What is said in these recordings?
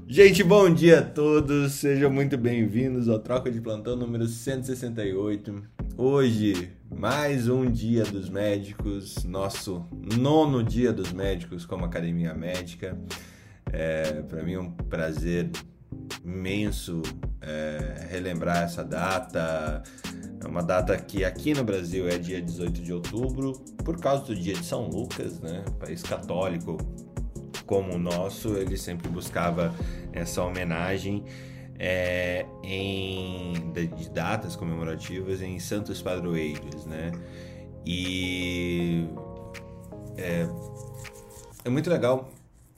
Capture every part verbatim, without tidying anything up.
Gente, bom dia a todos, sejam muito bem-vindos ao Troca de Plantão número cento e sessenta e oito. Hoje, mais um dia dos médicos, nosso nono dia dos médicos como Academia Médica. É, para mim é um prazer imenso é, relembrar essa data. É uma data que aqui no Brasil é dia dezoito de outubro, por causa do dia de São Lucas, né? País católico como o nosso, ele sempre buscava essa homenagem é, em, de, de datas comemorativas em santos padroeiros, né? E é, é muito legal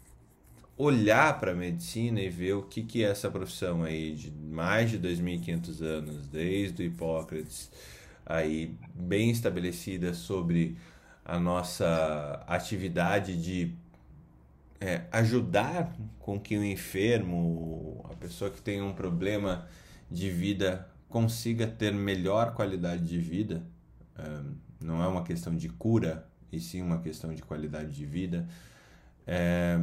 olhar para a medicina e ver o que, que é essa profissão aí de mais de dois mil e quinhentos anos, desde o Hipócrates, aí bem estabelecida sobre a nossa atividade de é, ajudar com que o enfermo, a pessoa que tem um problema de vida, consiga ter melhor qualidade de vida. Um, não é uma questão de cura, e sim uma questão de qualidade de vida. É,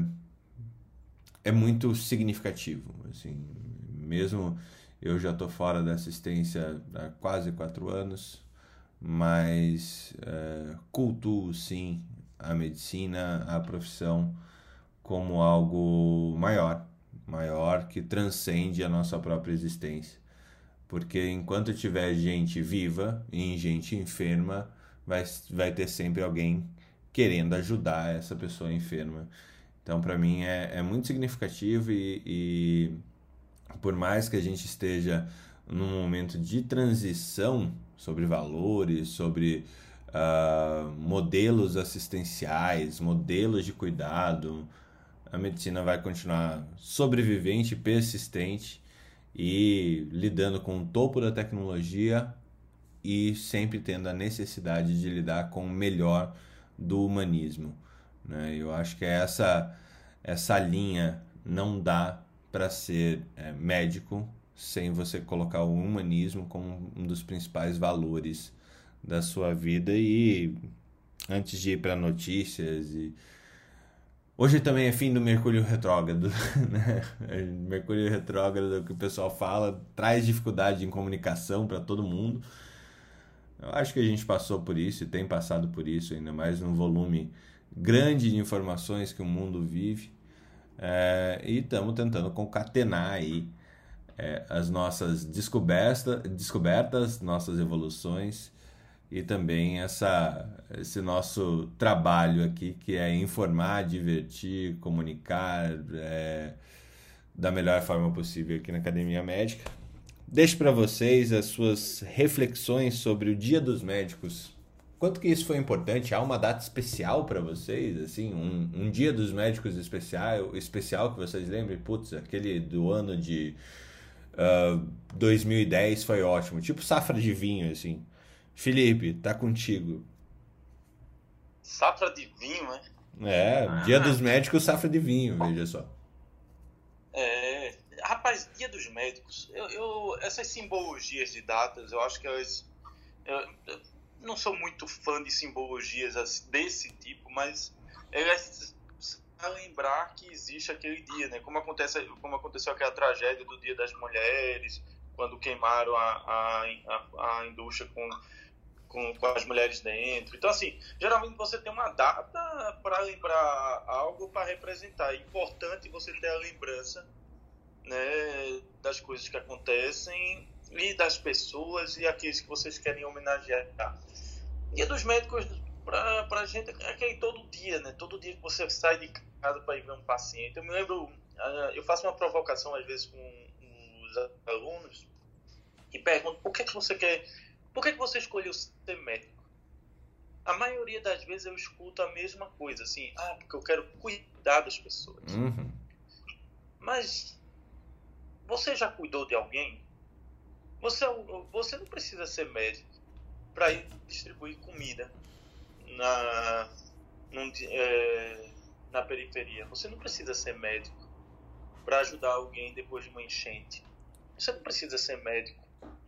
é muito significativo. Assim, mesmo eu já estou fora da assistência há quase quatro anos, mas é, cultuo sim a medicina, a profissão, como algo maior, maior que transcende a nossa própria existência. Porque enquanto tiver gente viva e gente enferma, vai, vai ter sempre alguém querendo ajudar essa pessoa enferma. Então, para mim, é, é muito significativo e, e por mais que a gente esteja num momento de transição sobre valores, sobre uh, modelos assistenciais, modelos de cuidado, a medicina vai continuar sobrevivente, persistente e lidando com o topo da tecnologia e sempre tendo a necessidade de lidar com o melhor do humanismo, né? Eu acho que essa, essa linha não dá para ser é, médico sem você colocar o humanismo como um dos principais valores da sua vida. E antes de ir para notícias e hoje também é fim do Mercúrio retrógrado, né? Mercúrio retrógrado, que o pessoal fala, traz dificuldade em comunicação para todo mundo. Eu acho que a gente passou por isso e tem passado por isso, ainda mais num volume grande de informações que o mundo vive. É, e estamos tentando concatenar aí é, as nossas descoberta, descobertas, nossas evoluções e também essa, esse nosso trabalho aqui, que é informar, divertir, comunicar é, da melhor forma possível aqui na Academia Médica. Deixo para vocês as suas reflexões sobre o Dia dos Médicos. Quanto que isso foi importante? Há uma data especial para vocês? Assim, um, um Dia dos Médicos especial, especial que vocês lembrem? Putz, aquele do ano de uh, dois mil e dez foi ótimo. Tipo safra de vinho, assim. Felipe, tá contigo. Safra de vinho, né? É, Dia dos Ah, Médicos, safra de vinho, veja só. é. Rapaz, Dia dos Médicos, eu, eu- essas simbologias de datas, eu acho que elas. Eu, eu não sou muito fã de simbologias assim, desse tipo, mas elas a lembrar que existe aquele dia, né? Como acontece, como aconteceu aquela tragédia do Dia das Mulheres, quando queimaram a, a, a, a indústria com com, com as mulheres dentro. Então, assim, geralmente você tem uma data para lembrar algo para representar. É importante você ter a lembrança, né, das coisas que acontecem e das pessoas e aqueles que vocês querem homenagear. Dia dos médicos, para a gente, é aquele todo dia, né? Todo dia que você sai de casa para ir ver um paciente. Eu me lembro, ah, eu faço uma provocação às vezes com os alunos e pergunto por que, que você quer, por que, que você escolheu ser médico? A maioria das vezes eu escuto a mesma coisa, assim, ah, porque eu quero cuidar das pessoas. Uhum. Mas você já cuidou de alguém? Você, você não precisa ser médico para ir distribuir comida na, num, é, na periferia. Você não precisa ser médico para ajudar alguém depois de uma enchente. Você não precisa ser médico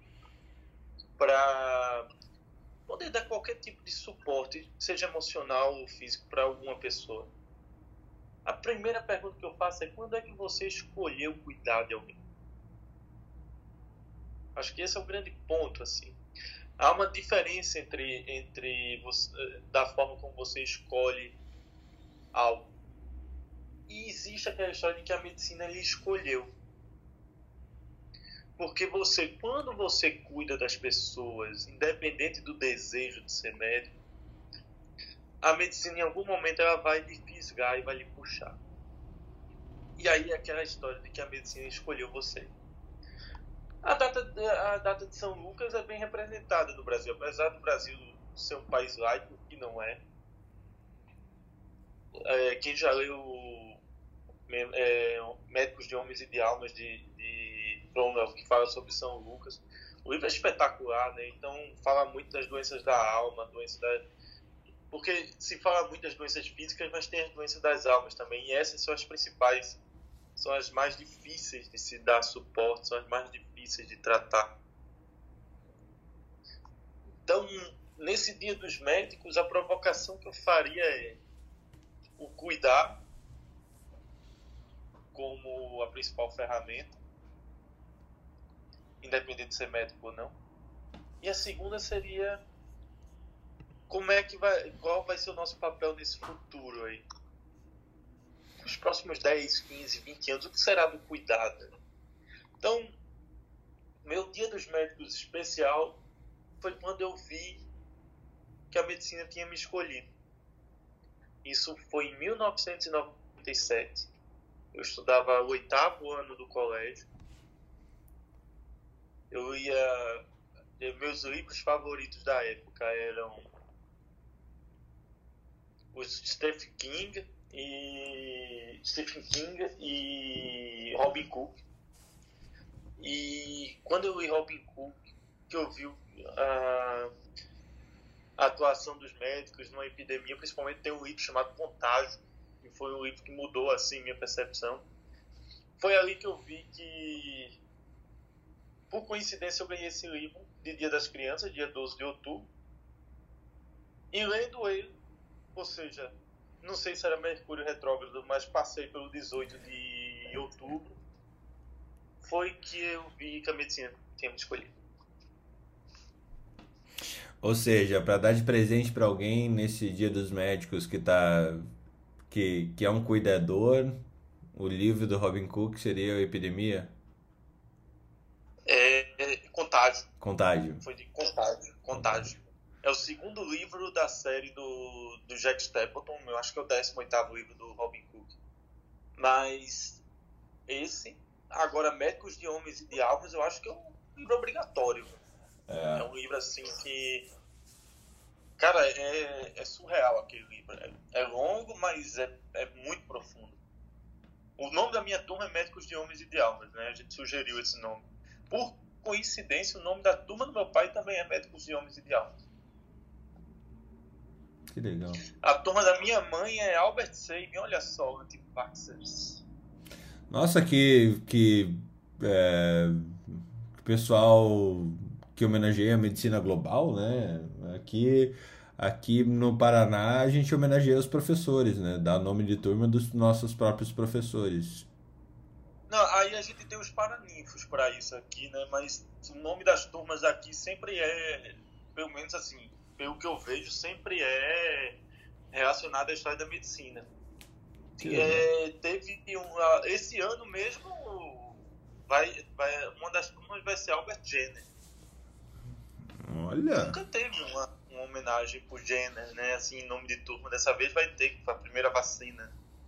para poder dar qualquer tipo de suporte, seja emocional ou físico, para alguma pessoa. A primeira pergunta que eu faço é: quando é que você escolheu cuidar de alguém? Acho que esse é o grande ponto, assim. Há uma diferença entre, entre você, da forma como você escolhe algo. E existe aquela história de que a medicina ele escolheu. Porque você, quando você cuida das pessoas, independente do desejo de ser médico, a medicina em algum momento ela vai lhe fisgar e vai lhe puxar. E aí é aquela história de que a medicina escolheu você. A data, a data de São Lucas é bem representada no Brasil, apesar do Brasil ser um país laico, que não é. é quem já leu é, Médicos de Homens e de Almas de, de Cromwell, que fala sobre São Lucas, o livro é espetacular, né? Então fala muito das doenças da alma, doenças da... porque se fala muito das doenças físicas, mas tem as doenças das almas também, e essas são as principais, são as mais difíceis de se dar suporte, são as mais difíceis de tratar. Então, nesse Dia dos Médicos, a provocação que eu faria é o cuidar como a principal ferramenta, independente de ser médico ou não. E a segunda seria como é que vai, qual vai ser o nosso papel nesse futuro aí? Nos próximos dez, quinze, vinte anos, o que será do cuidado? Então, meu Dia dos Médicos especial foi quando eu vi que a medicina tinha me escolhido. Isso foi em mil novecentos e noventa e sete. Eu estudava o oitavo ano do colégio. Eu ia... Meus livros favoritos da época eram os Stephen King e Stephen King e Robin Cook. E quando eu li Robin Cook, que eu vi a, a atuação dos médicos numa epidemia, principalmente tem um livro chamado Contágio, que foi um livro que mudou assim minha percepção. Foi ali que eu vi que, por coincidência, eu ganhei esse livro de Dia das Crianças, dia doze de outubro, e lendo ele, ou seja, não sei se era Mercúrio retrógrado, mas passei pelo dezoito de outubro, foi que eu vi que a medicina tinha me escolhido. Ou seja, para dar de presente para alguém nesse Dia dos Médicos que tá que, que é um cuidador, o livro do Robin Cook seria a Epidemia? É, é Contágio. Contágio. Foi de Contágio. Contágio. É o segundo livro da série do, do Jack Stapleton. Eu acho que é o décimo oitavo livro do Robin Cook. Mas esse, agora Médicos de Homens e de Almas, eu acho que é um livro obrigatório. É, é um livro assim que... Cara, é, é surreal aquele livro. É, é longo, mas é, é muito profundo. O nome da minha turma é Médicos de Homens e de Almas, né? A gente sugeriu esse nome. Por coincidência, o nome da turma do meu pai também é Médicos de Homens e de Almas. Que legal. A turma da minha mãe é Albert Sabin, olha só, antivaxxers. Nossa, que, que é, pessoal que homenageia a medicina global, né? Aqui, aqui no Paraná a gente homenageia os professores, né? Dá nome de turma dos nossos próprios professores. Não, aí a gente tem os paraninfos para isso aqui, né? Mas o nome das turmas aqui sempre é, pelo menos assim, pelo que eu vejo, sempre é relacionado à história da medicina. É, teve um, esse ano mesmo, vai, vai, uma das turmas vai ser Albert Jenner. Olha! Nunca teve uma, uma homenagem pro Jenner, né? Assim, em nome de turma. Dessa vez vai ter, que foi a primeira vacina.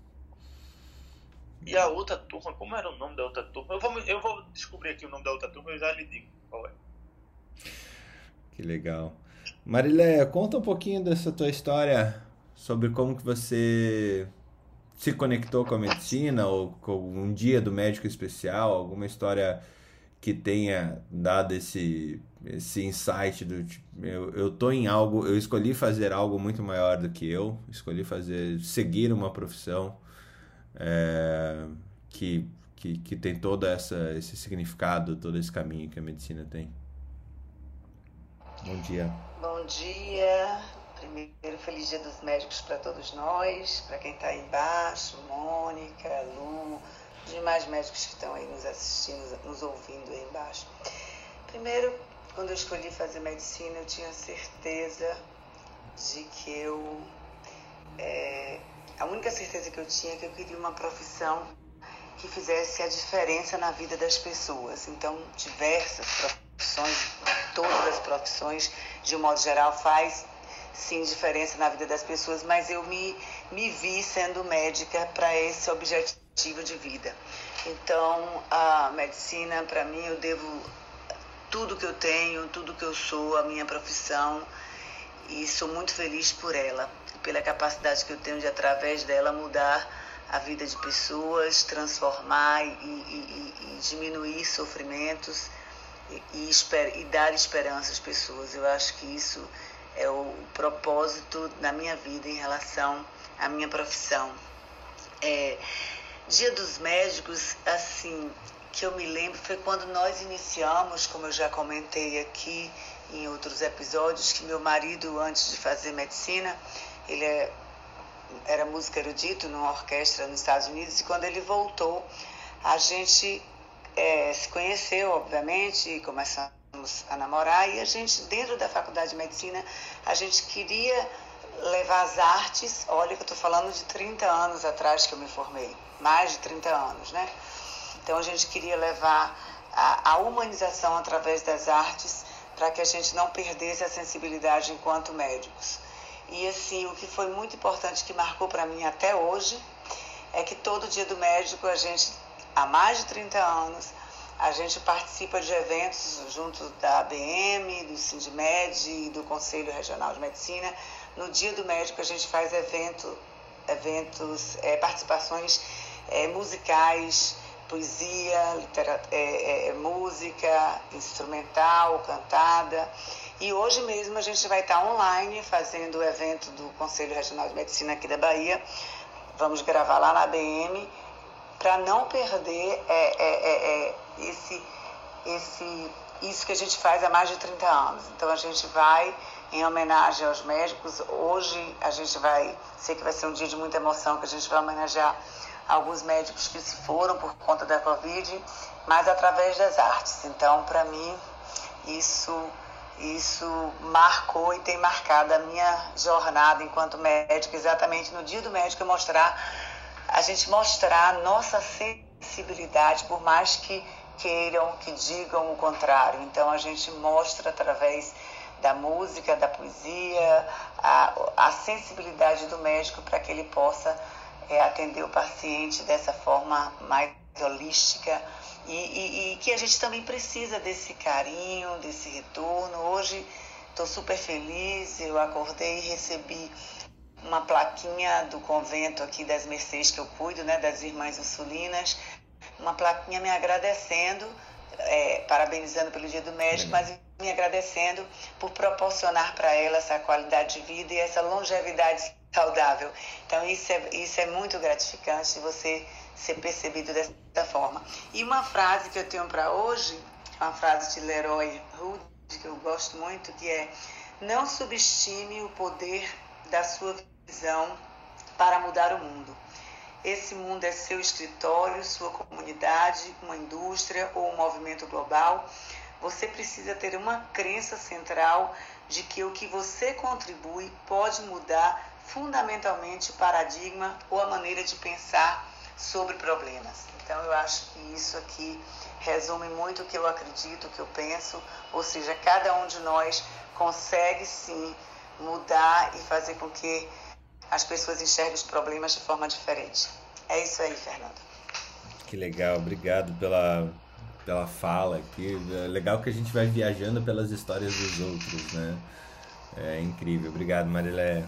E a outra turma, como era o nome da outra turma? Eu vou, eu vou descobrir aqui o nome da outra turma e eu já lhe digo qual é. Que legal. Marilé, conta um pouquinho dessa tua história sobre como que você se conectou com a medicina ou com um dia do médico especial, alguma história que tenha dado esse, esse insight do tipo, eu, eu tô em algo, eu escolhi fazer algo muito maior do que eu, escolhi fazer, seguir uma profissão é, que, que, que tem todo essa, esse significado, todo esse caminho que a medicina tem. Bom dia. Bom dia. Primeiro, feliz Dia dos Médicos para todos nós, para quem está aí embaixo, Mônica, Lu, os demais médicos que estão aí nos assistindo, nos ouvindo aí embaixo. Primeiro, quando eu escolhi fazer medicina, eu tinha certeza de que eu... É, a única certeza que eu tinha é que eu queria uma profissão que fizesse a diferença na vida das pessoas. Então, diversas profissões, todas as profissões, de um modo geral, faz sim diferença na vida das pessoas, mas eu me, me vi sendo médica para esse objetivo de vida. Então, a medicina, para mim, eu devo tudo que eu tenho, tudo que eu sou, a minha profissão, e sou muito feliz por ela, pela capacidade que eu tenho de, através dela, mudar a vida de pessoas, transformar e, e, e diminuir sofrimentos e, e, esper, e dar esperança às pessoas. Eu acho que isso é o propósito da minha vida em relação à minha profissão. É, Dia dos Médicos, assim, que eu me lembro, foi quando nós iniciamos, como eu já comentei aqui em outros episódios, que meu marido, antes de fazer medicina, ele é, era músico erudito numa orquestra nos Estados Unidos, e quando ele voltou, a gente é, se conheceu, obviamente, e começamos a namorar, e a gente, dentro da faculdade de medicina, a gente queria levar as artes. Olha que eu estou falando de trinta anos atrás que eu me formei, mais de trinta anos, né? Então a gente queria levar a, a humanização através das artes para que a gente não perdesse a sensibilidade enquanto médicos. E assim, o que foi muito importante, que marcou para mim até hoje, é que todo Dia do Médico, a gente, há mais de trinta anos, a gente participa de eventos junto da A B M, do Sindimed e do Conselho Regional de Medicina. No Dia do Médico a gente faz evento, eventos, é, participações é, musicais, poesia, litera, é, é, música, instrumental, cantada. E hoje mesmo a gente vai estar online fazendo o evento do Conselho Regional de Medicina aqui da Bahia. Vamos gravar lá na A B M para não perder é, é, é, é, esse, esse, isso que a gente faz há mais de trinta anos. Então a gente vai em homenagem aos médicos. Hoje a gente vai, sei que vai ser um dia de muita emoção, que a gente vai homenagear alguns médicos que se foram por conta da Covid, mas através das artes. Então, para mim, isso, isso marcou e tem marcado a minha jornada enquanto médica, exatamente no Dia do Médico, mostrar, a gente mostrar a nossa sensibilidade, por mais que queiram, que digam o contrário. Então, a gente mostra através da música, da poesia, a, a sensibilidade do médico para que ele possa é, atender o paciente dessa forma mais holística e, e, e que a gente também precisa desse carinho, desse retorno. Hoje estou super feliz, eu acordei e recebi uma plaquinha do convento aqui das Mercês que eu cuido, né, das Irmãs Ursulinas, uma plaquinha me agradecendo, é, parabenizando pelo Dia do Médico, mas me agradecendo por proporcionar para ela essa qualidade de vida e essa longevidade saudável. Então isso é, isso é muito gratificante, você ser percebido dessa forma. E uma frase que eu tenho para hoje, uma frase de Leroy Hood, que eu gosto muito, que é: não subestime o poder da sua visão para mudar o mundo. Esse mundo é seu escritório, sua comunidade, uma indústria ou um movimento global. Você precisa ter uma crença central de que o que você contribui pode mudar fundamentalmente o paradigma ou a maneira de pensar sobre problemas. Então eu acho que isso aqui resume muito o que eu acredito, o que eu penso, ou seja, cada um de nós consegue sim mudar e fazer com que as pessoas enxerguem os problemas de forma diferente. É isso aí, Fernando. Que legal, obrigado pela, pela fala aqui. É legal que a gente vai viajando pelas histórias dos outros, né? É incrível, obrigado, Marilé.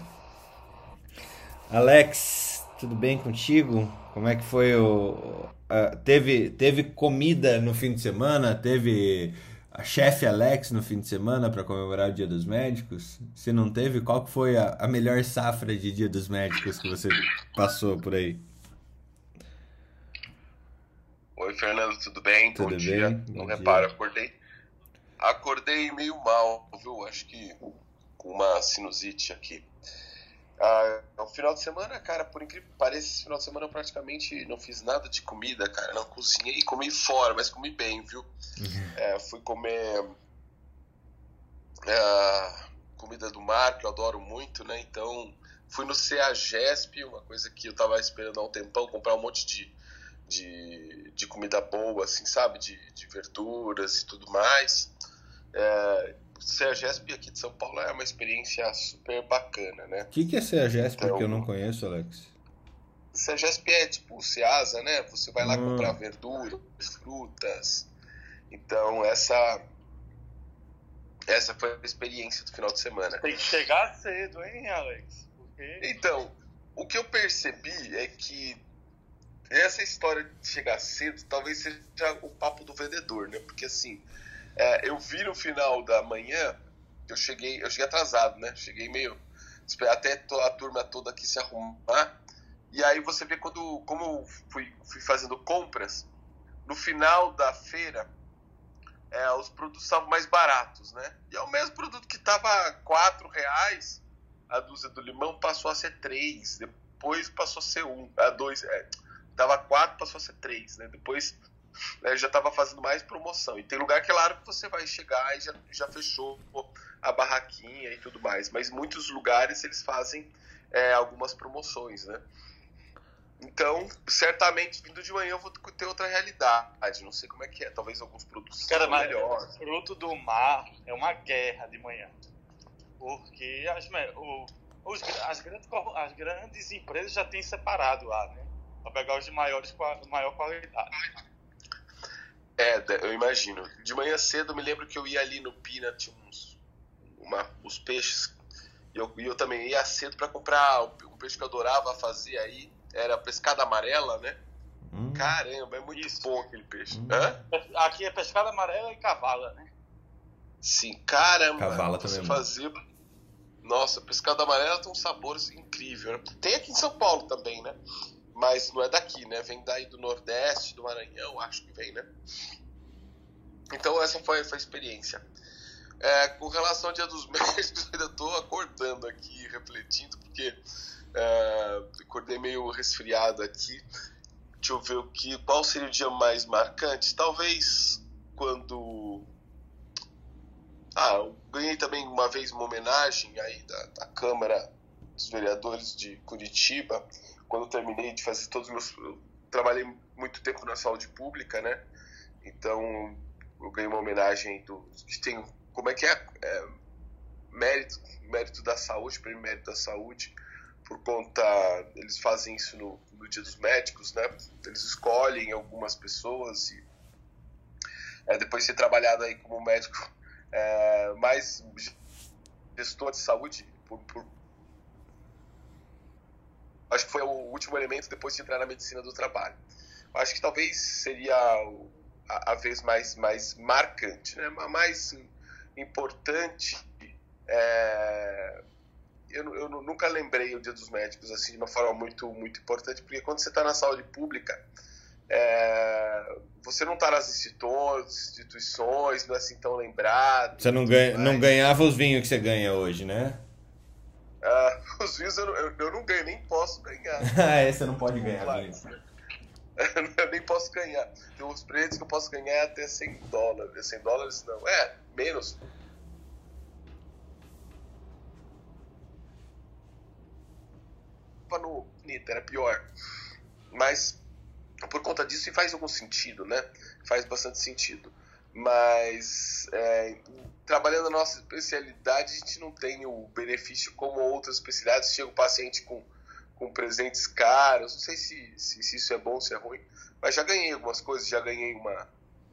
Alex, tudo bem contigo? Como é que foi o... Uh, teve, teve comida no fim de semana? Teve a chefe Alex no fim de semana para comemorar o Dia dos Médicos? Se não teve, qual que foi a, a melhor safra de Dia dos Médicos que você passou por aí? Oi, Fernando, tudo bem? Tudo Bom bem? dia. Bom Não dia. repara, acordei, acordei meio mal, viu? Acho que com uma sinusite aqui. Ah, no final de semana, cara, por incrível que pareça, esse final de semana eu praticamente não fiz nada de comida, cara. Não cozinhei, comi fora, mas comi bem, viu? Uhum. É, fui comer é, comida do mar, que eu adoro muito, né? Então, fui no CEAGESP, uma coisa que eu tava esperando há um tempão, comprar um monte de, de, de comida boa, assim, sabe? De, de verduras e tudo mais. É, o CEAGESP aqui de São Paulo é uma experiência super bacana, né? O que, que é CEAGESP? Então, porque eu não conheço, Alex. CEAGESP é tipo o Ceasa, né? Você vai lá hum. comprar verduras, frutas. Então, essa, essa foi a experiência do final de semana. Tem que chegar cedo, hein, Alex? Porque... Então, o que eu percebi é que essa história de chegar cedo talvez seja o papo do vendedor, né? Porque assim, é, eu vi no final da manhã, eu cheguei, eu cheguei atrasado, né? Cheguei meio... até a turma toda aqui se arrumar. E aí você vê quando, como eu fui, fui fazendo compras, no final da feira, é, os produtos estavam mais baratos, né? E é o mesmo produto que estava quatro reais, a dúzia do limão passou a ser três, depois passou a ser um, a dois, é, tava quatro, passou a ser três, né? Depois né, já estava fazendo mais promoção. E tem lugar que, claro, que você vai chegar e já, já fechou a barraquinha e tudo mais. Mas muitos lugares eles fazem é, algumas promoções, né? Então, certamente, vindo de manhã eu vou ter outra realidade. Não sei como é que é. Talvez alguns produtos Cara, sejam melhores. O fruto do mar é uma guerra de manhã. Porque as, o, os, as, grandes, as grandes empresas já têm separado lá, né? Para pegar os de maiores, maior qualidade. É, eu imagino. De manhã cedo eu me lembro que eu ia ali no Pina, tinha uns, uma, os peixes. E eu, eu também ia cedo para comprar o, o peixe que eu adorava fazer aí. Era pescada amarela, né? Hum. Caramba, é muito Isso. bom aquele peixe. Hum. Hã? Aqui é pescada amarela e cavala, né? Sim, caramba. Cavala você também. Fazia... Nossa, pescada amarela tem um sabor incrível, né? Tem aqui em São Paulo também, né? Mas não é daqui, né? Vem daí do Nordeste, do Maranhão, acho que vem, né? Então essa foi, foi a experiência. É, com relação ao Dia dos Médicos, eu ainda tô acordando aqui, refletindo, porque é, acordei meio resfriado aqui. Deixa eu ver o que, qual seria o dia mais marcante. Talvez quando... Ah, eu ganhei também uma vez uma homenagem aí da, da Câmara dos Vereadores de Curitiba, quando eu terminei de fazer todos os meus... Eu trabalhei muito tempo na saúde pública, né? Então, eu ganhei uma homenagem do... que tem... Como é que é? é mérito, mérito da saúde, prêmio mérito da saúde, por conta... Eles fazem isso no, no Dia dos Médicos, né? Eles escolhem algumas pessoas e... É, depois de ser trabalhado aí como médico é, mais gestor de saúde, por, por... acho que foi o último elemento depois de entrar na medicina do trabalho. Acho que talvez seria a, a vez mais, mais marcante, né? A mais importante. É... Eu, eu nunca lembrei o Dia dos Médicos assim, de uma forma muito, muito importante, porque quando você está na saúde pública, é... você não está nas instituições, não é assim tão lembrado. Você não, ganha, não ganhava os vinhos que você ganha hoje, né? Ah, os vinhos eu, eu, eu não ganho, nem posso ganhar. Ah, é, você não pode ganhar vinho. Eu nem posso ganhar. Tem uns presentes que eu posso ganhar até cem dólares. cem dólares não, é, menos. No Nita, era pior. Mas, por conta disso, faz algum sentido, né? Faz bastante sentido. Mas, é, trabalhando na nossa especialidade, a gente não tem o benefício como outras especialidades. Chega o paciente com, com presentes caros. Não sei se, se, se isso é bom ou se é ruim. Mas já ganhei algumas coisas. Já ganhei uma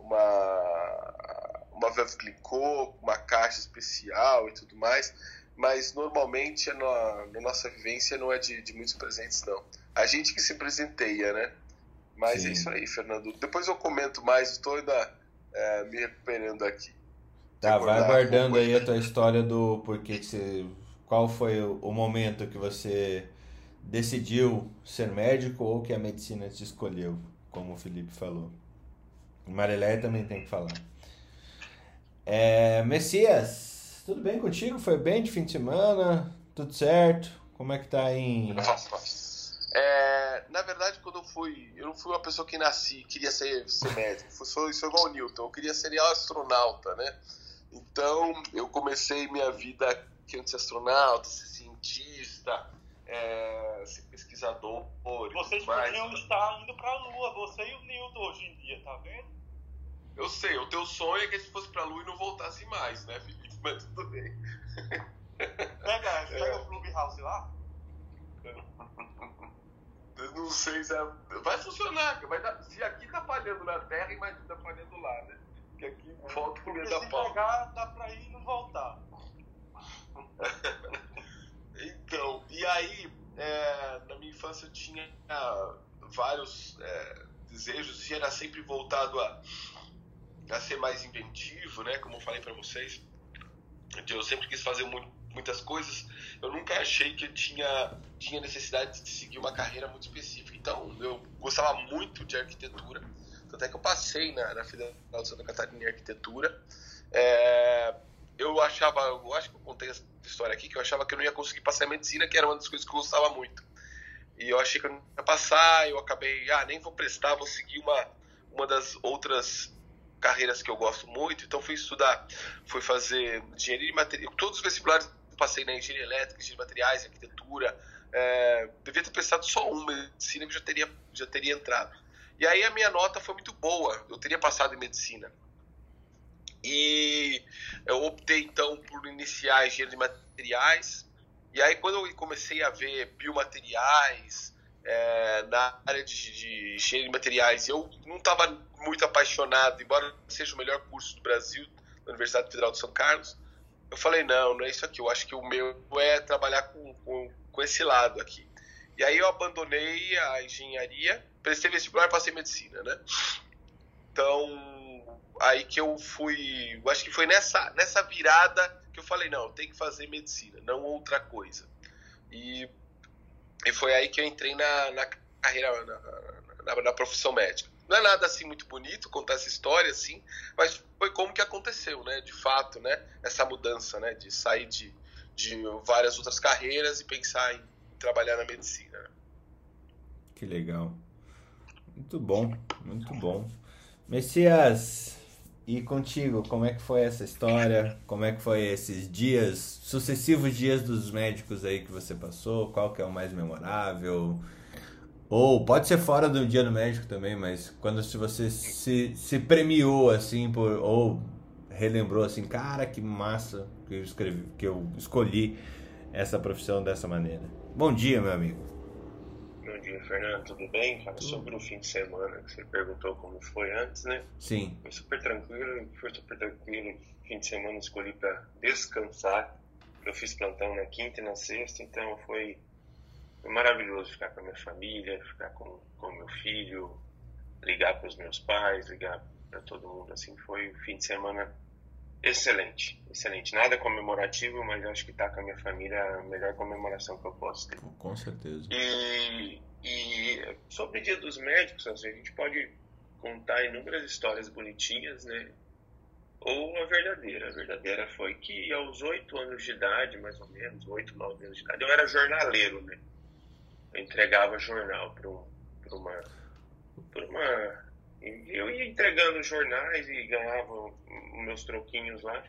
uma, uma Veuve Clicquot, uma caixa especial e tudo mais. Mas, normalmente, a, no, a nossa vivência não é de, de muitos presentes, não. A gente que se presenteia, né? Mas Sim. É isso aí, Fernando. Depois eu comento mais. Estou ainda é, me recuperando aqui. Tá, vai guardando aí a tua história do porquê que você... Qual foi o, o momento que você decidiu ser médico ou que a medicina te escolheu, como o Felipe falou. O Marileia também tem que falar. É, Messias, tudo bem contigo? Foi bem de fim de semana? Tudo certo? Como é que tá em... É, na verdade, quando eu fui, eu não fui uma pessoa que nasci, queria ser, ser médico, fui, sou, sou igual o Newton, eu queria ser astronauta, né? Então, eu comecei minha vida querendo ser astronauta, ser cientista, é, ser pesquisador. Vocês mas... podiam estar indo pra Lua, você e o Newton hoje em dia, tá vendo? Eu sei, o teu sonho é que a gente fosse pra Lua e não voltasse mais, né, Felipe? Mas tudo bem. Pega, pega é. o Clubhouse lá. Eu não sei se é... vai funcionar, vai dar... se aqui tá falhando na Terra, imagina tá falhando lá, né? Porque aqui volta com medo da pau. Se pegar, dá pra ir e não voltar. Então, e aí, é, na minha infância eu tinha vários é, desejos, e era sempre voltado a, a ser mais inventivo, né? Como eu falei pra vocês, eu sempre quis fazer muito, muitas coisas. Eu nunca achei que eu tinha, tinha necessidade de seguir uma carreira muito específica. Então, eu gostava muito de arquitetura, tanto é que eu passei na, na Federal de Santa Catarina em arquitetura. É, eu achava, eu acho que eu contei essa história aqui, que eu achava que eu não ia conseguir passar em medicina, que era uma das coisas que eu gostava muito. E eu achei que eu não ia passar, eu acabei, ah, nem vou prestar, vou seguir uma, uma das outras carreiras que eu gosto muito. Então fui estudar, fui fazer engenharia de materiais, todos os vestibulares eu passei na engenharia elétrica, engenharia de materiais, arquitetura, é, devia ter prestado só uma, medicina, que já teria, já teria entrado. E aí a minha nota foi muito boa, eu teria passado em medicina. E eu optei então por iniciar engenharia de materiais. E aí quando eu comecei a ver biomateriais, é, na área de, de engenharia de materiais, eu não estava muito apaixonado, embora seja o melhor curso do Brasil, da Universidade Federal de São Carlos. Eu falei, não, não é isso aqui, eu acho que o meu é trabalhar com, com, com esse lado aqui. E aí eu abandonei a engenharia, prestei vestibular e passei medicina, né? Então, aí que eu fui, eu acho que foi nessa, nessa virada que eu falei, não, eu tenho que fazer medicina, não outra coisa. E, e foi aí que eu entrei na, na carreira, na, na, na profissão médica. Não é nada assim muito bonito contar essa história, assim, mas foi como que aconteceu, né? De fato, né? Essa mudança, né? De sair de, de várias outras carreiras e pensar em trabalhar na medicina. Que legal. Muito bom, muito bom. Messias, e contigo, como é que foi essa história? Como é que foi esses dias, sucessivos dias dos médicos aí que você passou? Qual que é o mais memorável? Ou pode ser fora do dia do médico também, mas quando se você se, se premiou assim, por, ou relembrou assim, cara, que massa que eu, escrevi, que eu escolhi essa profissão dessa maneira. Bom dia, meu amigo. Bom dia, Fernando, tudo bem? Fala sobre o fim de semana, que você perguntou como foi antes, né? Sim. Foi super tranquilo, foi super tranquilo. Fim de semana eu escolhi para descansar. Eu fiz plantão na quinta e na sexta, então foi... Foi maravilhoso ficar com a minha família, ficar com o meu filho, ligar para os meus pais, ligar para todo mundo. Assim, foi um fim de semana excelente, excelente. Nada comemorativo, mas acho que estar com a minha família é a melhor comemoração que eu posso ter. Com certeza. E, e sobre o Dia dos Médicos, assim, a gente pode contar inúmeras histórias bonitinhas, né? Ou a verdadeira. A verdadeira foi que aos oito anos de idade, mais ou menos, oito, nove anos de idade, eu era jornaleiro, né? Eu entregava jornal para um, uma, uma... Eu ia entregando jornais e ganhava meus troquinhos lá.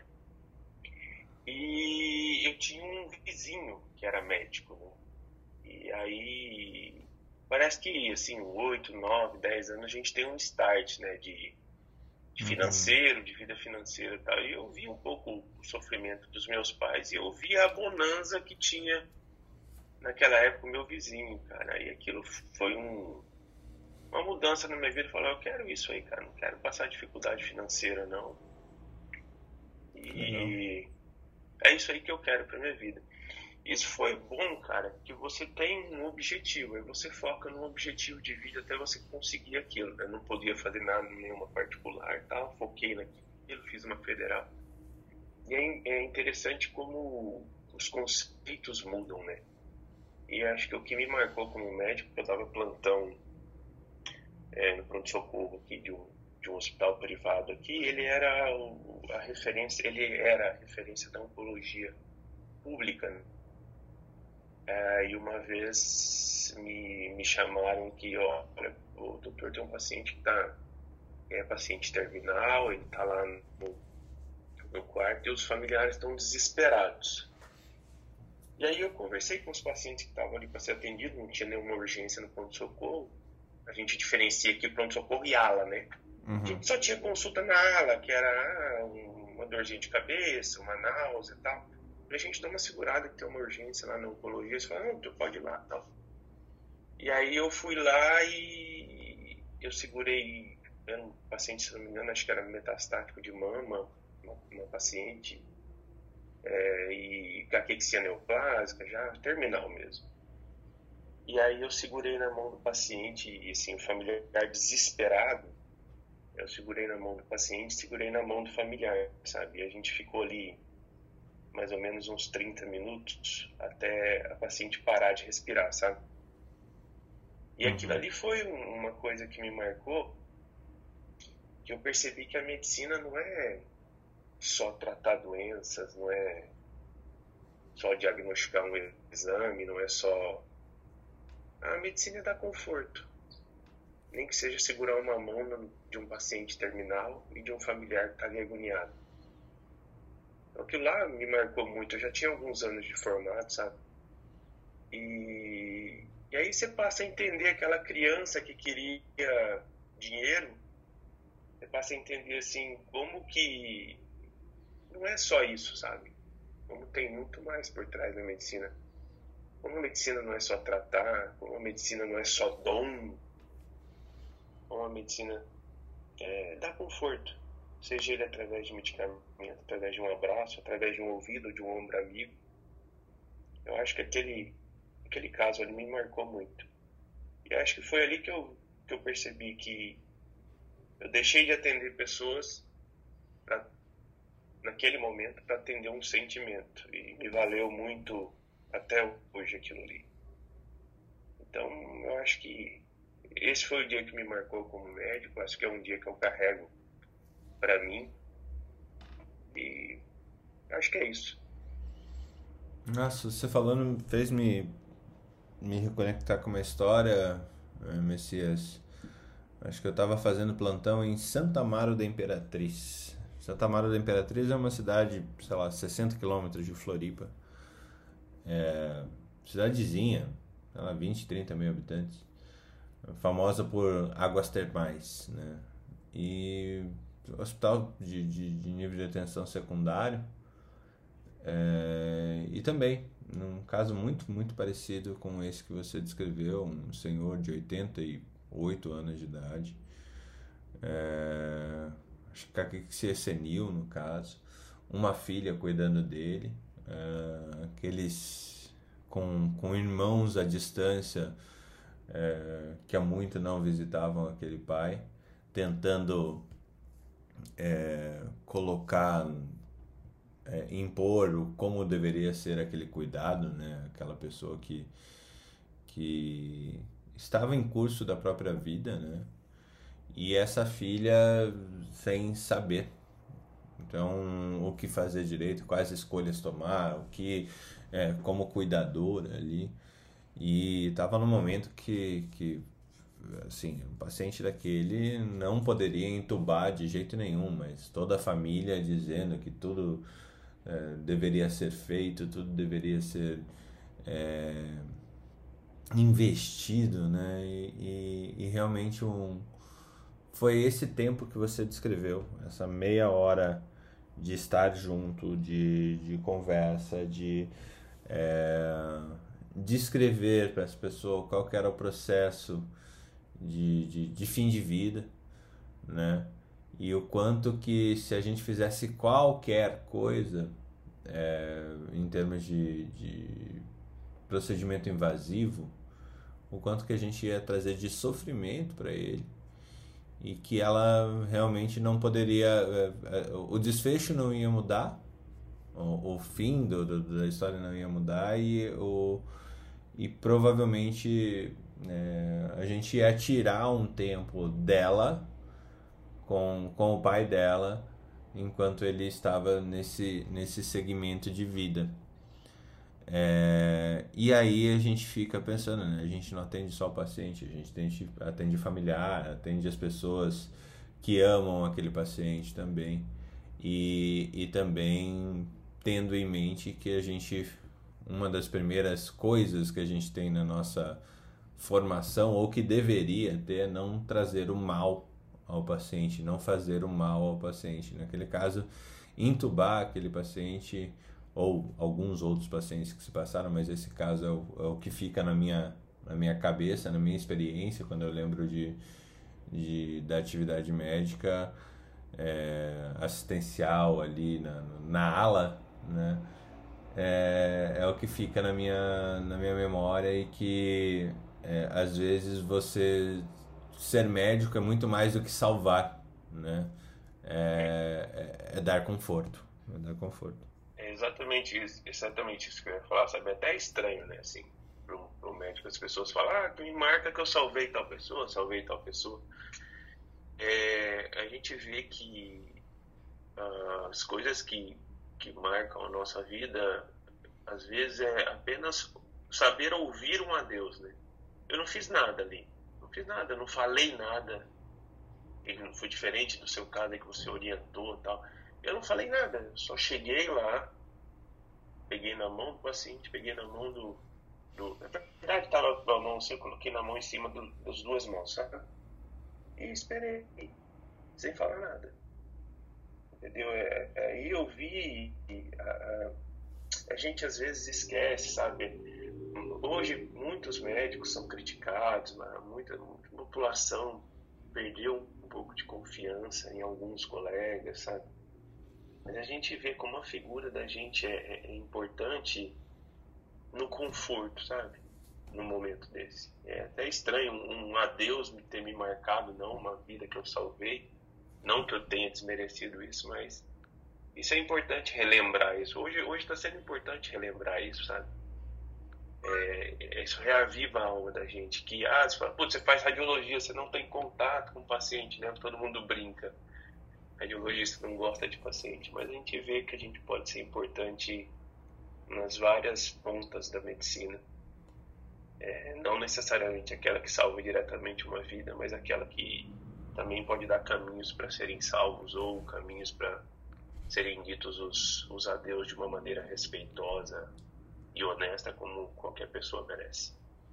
E eu tinha um vizinho que era médico, né? E aí... Parece que, assim, oito, nove, dez anos a gente tem um start, né? De, de financeiro, de vida financeira e tal. E eu vi um pouco o sofrimento dos meus pais. E eu vi a bonança que tinha... naquela época o meu vizinho, cara, e aquilo foi um, uma mudança na minha vida. Eu falei, eu quero isso aí, cara, não quero passar dificuldade financeira, não. E não. É isso aí que eu quero pra minha vida. Isso foi bom, cara, que você tem um objetivo, aí você foca num objetivo de vida até você conseguir aquilo, né? Não podia fazer nada em nenhuma particular, tá? Foquei naquilo, fiz uma federal. E é, é interessante como os conceitos mudam, né? E acho que o que me marcou como médico, eu dava plantão é, no pronto-socorro aqui de um, de um hospital privado aqui, ele era o, a referência, ele era a referência da oncologia pública, né? É, e uma vez me, me chamaram que, ó, o doutor tem um paciente que tá, é paciente terminal, ele tá lá no, no quarto e os familiares estão desesperados. E aí eu conversei com os pacientes que estavam ali para ser atendidos, não tinha nenhuma urgência no pronto-socorro. A gente diferencia aqui pronto-socorro e ala, né? Uhum. A gente só tinha consulta na ala, que era ah, uma dorzinha de cabeça, uma náusea e tal. Pra gente dar uma segurada que tem uma urgência lá na oncologia, eles falaram, não, tu pode ir lá e tal. E aí eu fui lá e eu segurei, era um paciente, se não me engano, acho que era metastático de mama, uma, uma paciente, é, e caquexia neoplásica, já terminal mesmo. E aí eu segurei na mão do paciente, e assim, o familiar desesperado, eu segurei na mão do paciente, segurei na mão do familiar, sabe? E a gente ficou ali mais ou menos uns trinta minutos até a paciente parar de respirar, sabe? E aquilo ali foi uma coisa que me marcou, que eu percebi que a medicina não é só tratar doenças, não é só diagnosticar um exame, não é só... A medicina é dar conforto. Nem que seja segurar uma mão de um paciente terminal e de um familiar que está ali agoniado. Aquilo lá me marcou muito. Eu já tinha alguns anos de formado, sabe? E, e aí você passa a entender aquela criança que queria dinheiro. Você passa a entender, assim, como que não é só isso, sabe? Como tem muito mais por trás da medicina. Como a medicina não é só tratar, como a medicina não é só dom, como a medicina é, dá conforto. Seja ele através de medicamento, através de um abraço, através de um ouvido, de um ombro amigo. Eu acho que aquele, aquele caso ali me marcou muito. E eu acho que foi ali que eu, que eu percebi que eu deixei de atender pessoas pra, naquele momento para atender um sentimento. E me valeu muito até hoje aquilo ali. Então, eu acho que esse foi o dia que me marcou como médico. Acho que é um dia que eu carrego para mim, e acho que é isso. Nossa, você falando fez me, me reconectar com uma história, Messias. Acho que eu estava fazendo plantão em Santa Amaro da Imperatriz. Santa Amaro da Imperatriz é uma cidade, sei lá, sessenta quilômetros de Floripa. É, cidadezinha, sei lá, vinte, trinta mil habitantes. Famosa por águas termais, né? E hospital de, de, de nível de atenção secundário, é, e também num caso muito, muito parecido com esse que você descreveu, um senhor de oitenta e oito anos de idade, é, acho que caquexia senil no caso, uma filha cuidando dele, é, aqueles com, com irmãos à distância, é, que há muito não visitavam aquele pai, tentando É, colocar, é, impor como deveria ser aquele cuidado, né? Aquela pessoa que, que estava em curso da própria vida, né? E essa filha sem saber, então, o que fazer direito, quais escolhas tomar, o que, é, como cuidadora ali, e estava num momento que, que assim, o paciente daquele não poderia entubar de jeito nenhum, mas toda a família dizendo que tudo é, deveria ser feito, tudo deveria ser é, investido, né? E, e, e realmente um, foi esse tempo que você descreveu, essa meia hora de estar junto, de, de conversa, de é, descrever para as pessoas qual que era o processo De, de, de fim de vida, né? E o quanto que se a gente fizesse qualquer coisa é, em termos de, de procedimento invasivo, o quanto que a gente ia trazer de sofrimento para ele, e que ela realmente não poderia, é, é, o desfecho não ia mudar, o, o fim do, do, da história não ia mudar, e, o, e provavelmente É, a gente ia tirar um tempo dela com, com o pai dela enquanto ele estava nesse, nesse segmento de vida. É, e aí a gente fica pensando, né? A gente não atende só o paciente, a gente atende, atende familiar, atende as pessoas que amam aquele paciente também. E, e também tendo em mente que a gente, uma das primeiras coisas que a gente tem na nossa formação, ou que deveria ter, é não trazer o mal ao paciente, não fazer o mal ao paciente. Naquele caso, intubar aquele paciente, ou alguns outros pacientes que se passaram, mas esse caso é o, é o que fica na minha, na minha cabeça, na minha experiência, quando eu lembro de, de, da atividade médica, é, assistencial ali na, na ala, né? É, é o que fica na minha, na minha memória, e que é, às vezes você ser médico é muito mais do que salvar, né? É, é, é dar conforto, é dar conforto. É exatamente isso, exatamente isso que eu ia falar, sabe? É até estranho, né, assim, pro, pro médico, as pessoas falam, ah, tu me marca que eu salvei tal pessoa, salvei tal pessoa. É, a gente vê que uh, as coisas que, que marcam a nossa vida, às vezes é apenas saber ouvir um adeus, né? Eu não fiz nada ali, não fiz nada, eu não falei nada, e não foi diferente do seu caso aí que você orientou e tal. Eu não falei nada, eu só cheguei lá, peguei na mão do paciente, peguei na mão do... do na verdade, estava com a mão assim, eu coloquei na mão em cima do, das duas mãos, sabe? E esperei, sem falar nada. Entendeu? É, é, aí eu vi, a, a, a gente às vezes esquece, sabe? Hoje muitos médicos são criticados, muita, muita população perdeu um pouco de confiança em alguns colegas, sabe? Mas a gente vê como a figura da gente é, é importante no conforto, sabe? Num momento desse. É até estranho um, um adeus ter me marcado, não uma vida que eu salvei. Não que eu tenha desmerecido isso, mas isso é importante relembrar isso. Hoje hoje está sendo importante relembrar isso, sabe? É, isso reaviva a alma da gente. Que, ah, você fala, putz, você faz radiologia, você não tem contato com o paciente, né? Todo mundo brinca. Radiologista não gosta de paciente, mas a gente vê que a gente pode ser importante nas várias pontas da medicina. É, não necessariamente aquela que salva diretamente uma vida, mas aquela que também pode dar caminhos para serem salvos, ou caminhos para serem ditos os, os adeus de uma maneira respeitosa e honesta, como qualquer pessoa merece.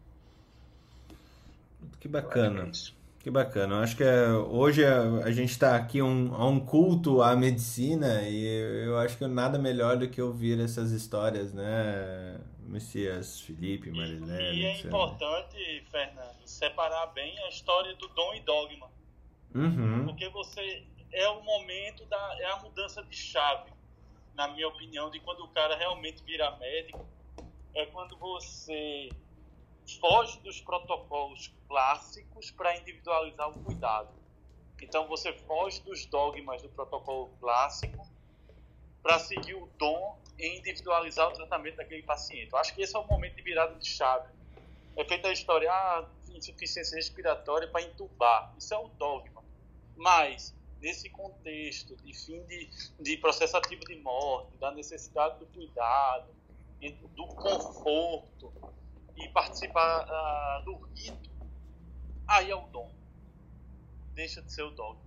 Que bacana. Que bacana, eu acho que é, hoje a, a gente está aqui um, a um culto à medicina, e eu acho que nada melhor do que ouvir essas histórias, né, Messias, Felipe, Marilene. E é etcétera. Importante, Fernando, separar bem a história do dom e dogma, uhum. porque você é o momento da é a mudança de chave, na minha opinião, de quando o cara realmente vira médico, é quando você foge dos protocolos clássicos para individualizar o cuidado. Então você foge dos dogmas do protocolo clássico para seguir o dom e individualizar o tratamento daquele paciente. Eu acho que esse é o momento de virada de chave. É feita a história, ah, insuficiência respiratória para entubar. Isso é o dogma. Mas, nesse contexto de fim de, de processo ativo de morte, da necessidade do cuidado, do conforto, e participar uh, do rito, aí é o dom. Deixa de ser o dogma.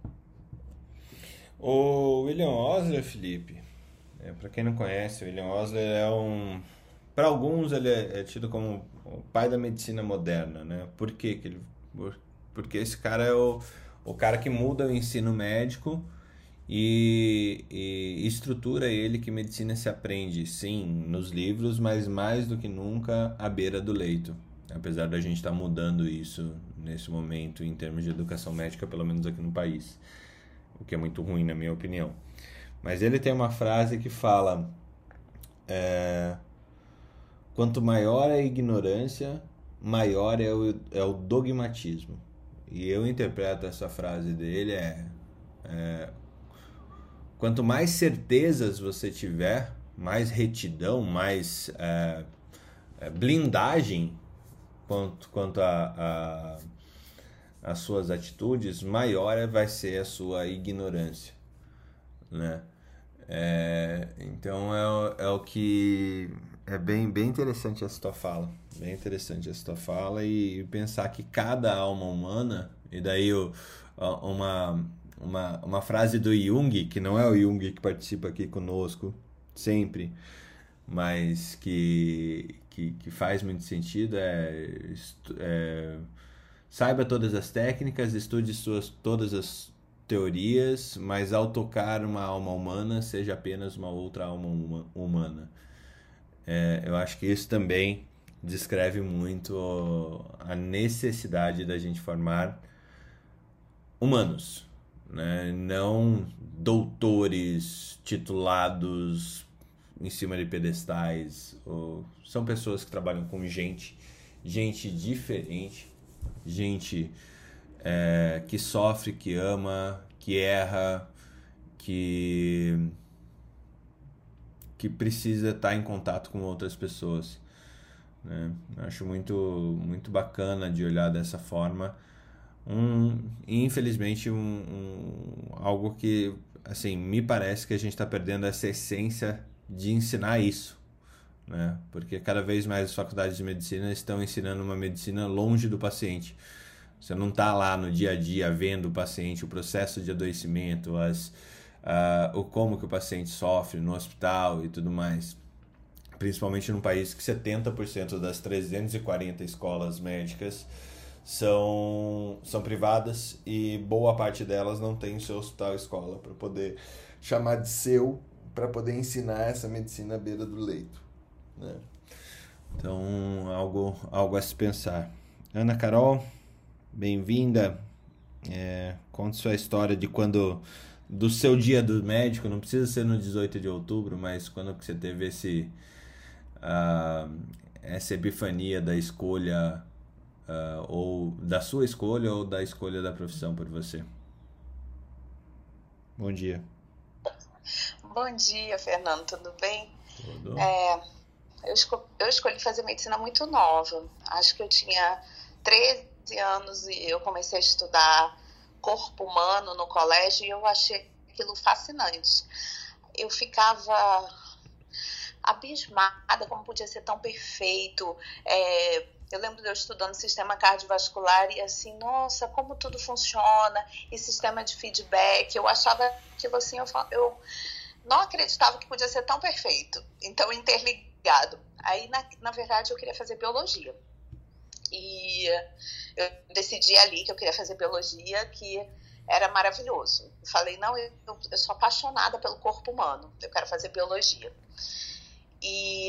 O William Osler, Felipe, é, para quem não conhece, o William Osler é um... Para alguns ele é, é tido como o pai da medicina moderna, né? Por quê? Que ele, porque esse cara é o, o cara que muda o ensino médico e, e estrutura ele que medicina se aprende, sim, nos livros, mas mais do que nunca à beira do leito. Apesar da gente estar mudando isso nesse momento em termos de educação médica, pelo menos aqui no país, o que é muito ruim na minha opinião. Mas ele tem uma frase que fala: é, quanto maior a ignorância, maior é o, é o dogmatismo. E eu interpreto essa frase dele é, é quanto mais certezas você tiver, mais retidão, mais é, é, blindagem quanto, quanto a, a, as suas atitudes, maior vai ser a sua ignorância, né? É, então é, o- é o que é bem, bem interessante essa tua fala, bem interessante essa tua fala e pensar que cada alma humana, e daí o, ó, uma, uma, uma frase do Jung, que não é o Jung que participa aqui conosco sempre, mas que, que, que faz muito sentido, é, estu- é saiba todas as técnicas, estude suas, todas as teorias, mas ao tocar uma alma humana, seja apenas uma outra alma huma- humana. É, eu acho que isso também descreve muito a necessidade da gente formar humanos, né? Não doutores titulados em cima de pedestais. Ou... São pessoas que trabalham com gente, gente diferente, gente é, que sofre, que ama, que erra, que, que precisa estar em contato com outras pessoas, né? Acho muito, muito bacana de olhar dessa forma. Um, infelizmente, um, um, algo que, assim, me parece que a gente está perdendo essa essência de ensinar isso, né? Porque cada vez mais as faculdades de medicina estão ensinando uma medicina longe do paciente. Você não está lá no dia a dia vendo o paciente, o processo de adoecimento, as, uh, o como que o paciente sofre no hospital e tudo mais. Principalmente num país que setenta por cento das trezentas e quarenta escolas médicas são, são privadas e boa parte delas não tem seu hospital escola para poder chamar de seu, para poder ensinar essa medicina à beira do leito, né? Então, algo, algo a se pensar. Ana Carol, bem-vinda. É, conte sua história de quando, do seu dia do médico, não precisa ser no dezoito de outubro, mas quando que você teve esse, uh, essa epifania da escolha, uh, ou da sua escolha ou da escolha da profissão por você. Bom dia. Bom dia, Fernando, tudo bem? Tudo. É, eu, esco- eu escolhi fazer medicina muito nova. Acho que eu tinha treze anos e eu comecei a estudar corpo humano no colégio e eu achei aquilo fascinante. Eu ficava abismada como podia ser tão perfeito. É, eu lembro de eu estudando sistema cardiovascular e assim, nossa, como tudo funciona, e sistema de feedback. Eu achava aquilo assim, eu, fa- eu não acreditava que podia ser tão perfeito, então interligado. Aí, na, na verdade, eu queria fazer biologia. E eu decidi ali que eu queria fazer biologia, que era maravilhoso. Eu falei, não, eu, eu sou apaixonada pelo corpo humano, eu quero fazer biologia. E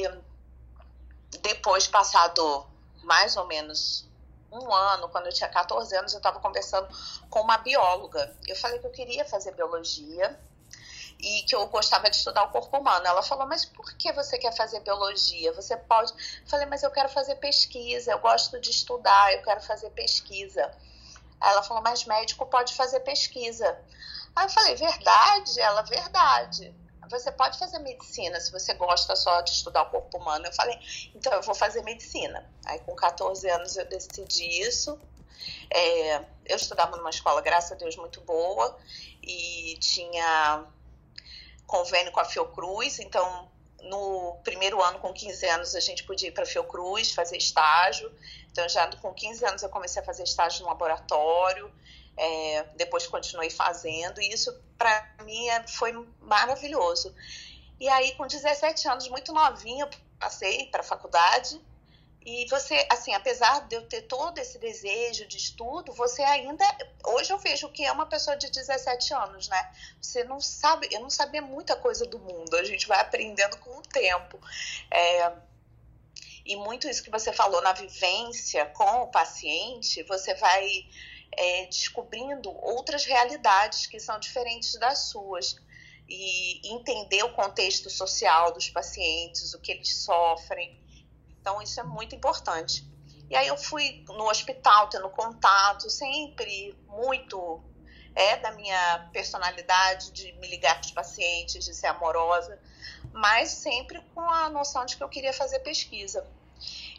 depois, passado mais ou menos um ano, quando eu tinha catorze anos, eu estava conversando com uma bióloga. Eu falei que eu queria fazer biologia e que eu gostava de estudar o corpo humano. Ela falou, mas por que você quer fazer biologia? Você pode... Eu falei, mas eu quero fazer pesquisa, eu gosto de estudar, eu quero fazer pesquisa. Aí ela falou, mas médico pode fazer pesquisa. Aí eu falei, verdade? Ela, verdade. Você pode fazer medicina se você gosta só de estudar o corpo humano. Eu falei, então eu vou fazer medicina. Aí com catorze anos eu decidi isso. É, eu estudava numa escola, graças a Deus, muito boa, e tinha convênio com a Fiocruz, então no primeiro ano, com quinze anos, a gente podia ir para a Fiocruz fazer estágio. Então já com quinze anos eu comecei a fazer estágio no laboratório, é, depois continuei fazendo, e isso para mim foi maravilhoso. E aí com dezessete anos, muito novinha, passei para a faculdade. E você, assim, apesar de eu ter todo esse desejo de estudo, você ainda... Hoje eu vejo que é uma pessoa de dezessete anos, né? Você não sabe... Eu não sabia muita coisa do mundo. A gente vai aprendendo com o tempo. É, e muito isso que você falou na vivência com o paciente, você vai é, descobrindo outras realidades que são diferentes das suas. E entender o contexto social dos pacientes, o que eles sofrem. Então, isso é muito importante. E aí eu fui no hospital, tendo contato, sempre muito é, da minha personalidade, de me ligar para os pacientes, de ser amorosa, mas sempre com a noção de que eu queria fazer pesquisa.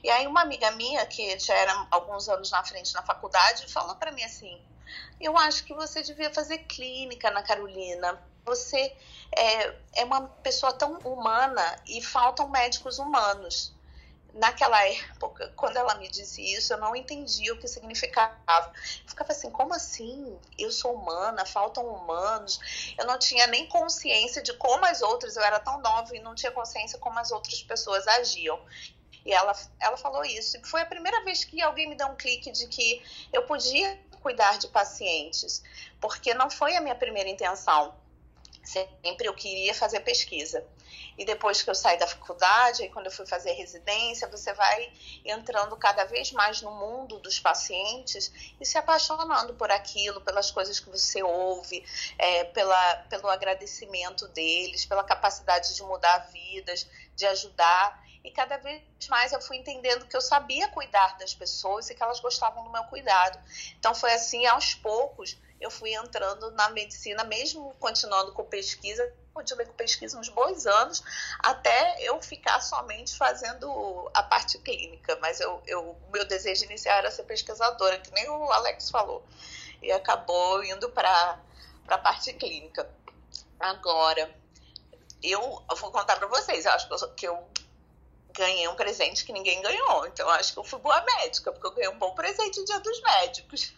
E aí uma amiga minha, que já era alguns anos na frente na faculdade, falou para mim assim, eu acho que você devia fazer clínica na Carolina. Você é, é uma pessoa tão humana e faltam médicos humanos. Naquela época, quando ela me disse isso, eu não entendia o que significava. Eu ficava assim, como assim? Eu sou humana, faltam humanos. Eu não tinha nem consciência de como as outras, eu era tão nova e não tinha consciência como as outras pessoas agiam. E ela, ela falou isso. E foi a primeira vez que alguém me deu um clique de que eu podia cuidar de pacientes, porque não foi a minha primeira intenção. Sempre eu queria fazer pesquisa. E depois que eu saí da faculdade, aí quando eu fui fazer residência, você vai entrando cada vez mais no mundo dos pacientes e se apaixonando por aquilo, pelas coisas que você ouve, é, pela, pelo agradecimento deles, pela capacidade de mudar vidas, de ajudar. E cada vez mais eu fui entendendo que eu sabia cuidar das pessoas e que elas gostavam do meu cuidado. Então foi assim, aos poucos, eu fui entrando na medicina, mesmo continuando com pesquisa, continuei com pesquisa uns bons anos, até eu ficar somente fazendo a parte clínica. Mas eu, eu, o meu desejo inicial era ser pesquisadora, que nem o Alex falou. E acabou indo para a parte clínica. Agora, eu, eu vou contar para vocês, eu acho que eu, que eu ganhei um presente que ninguém ganhou. Então, eu acho que eu fui boa médica, porque eu ganhei um bom presente no Dia dos Médicos.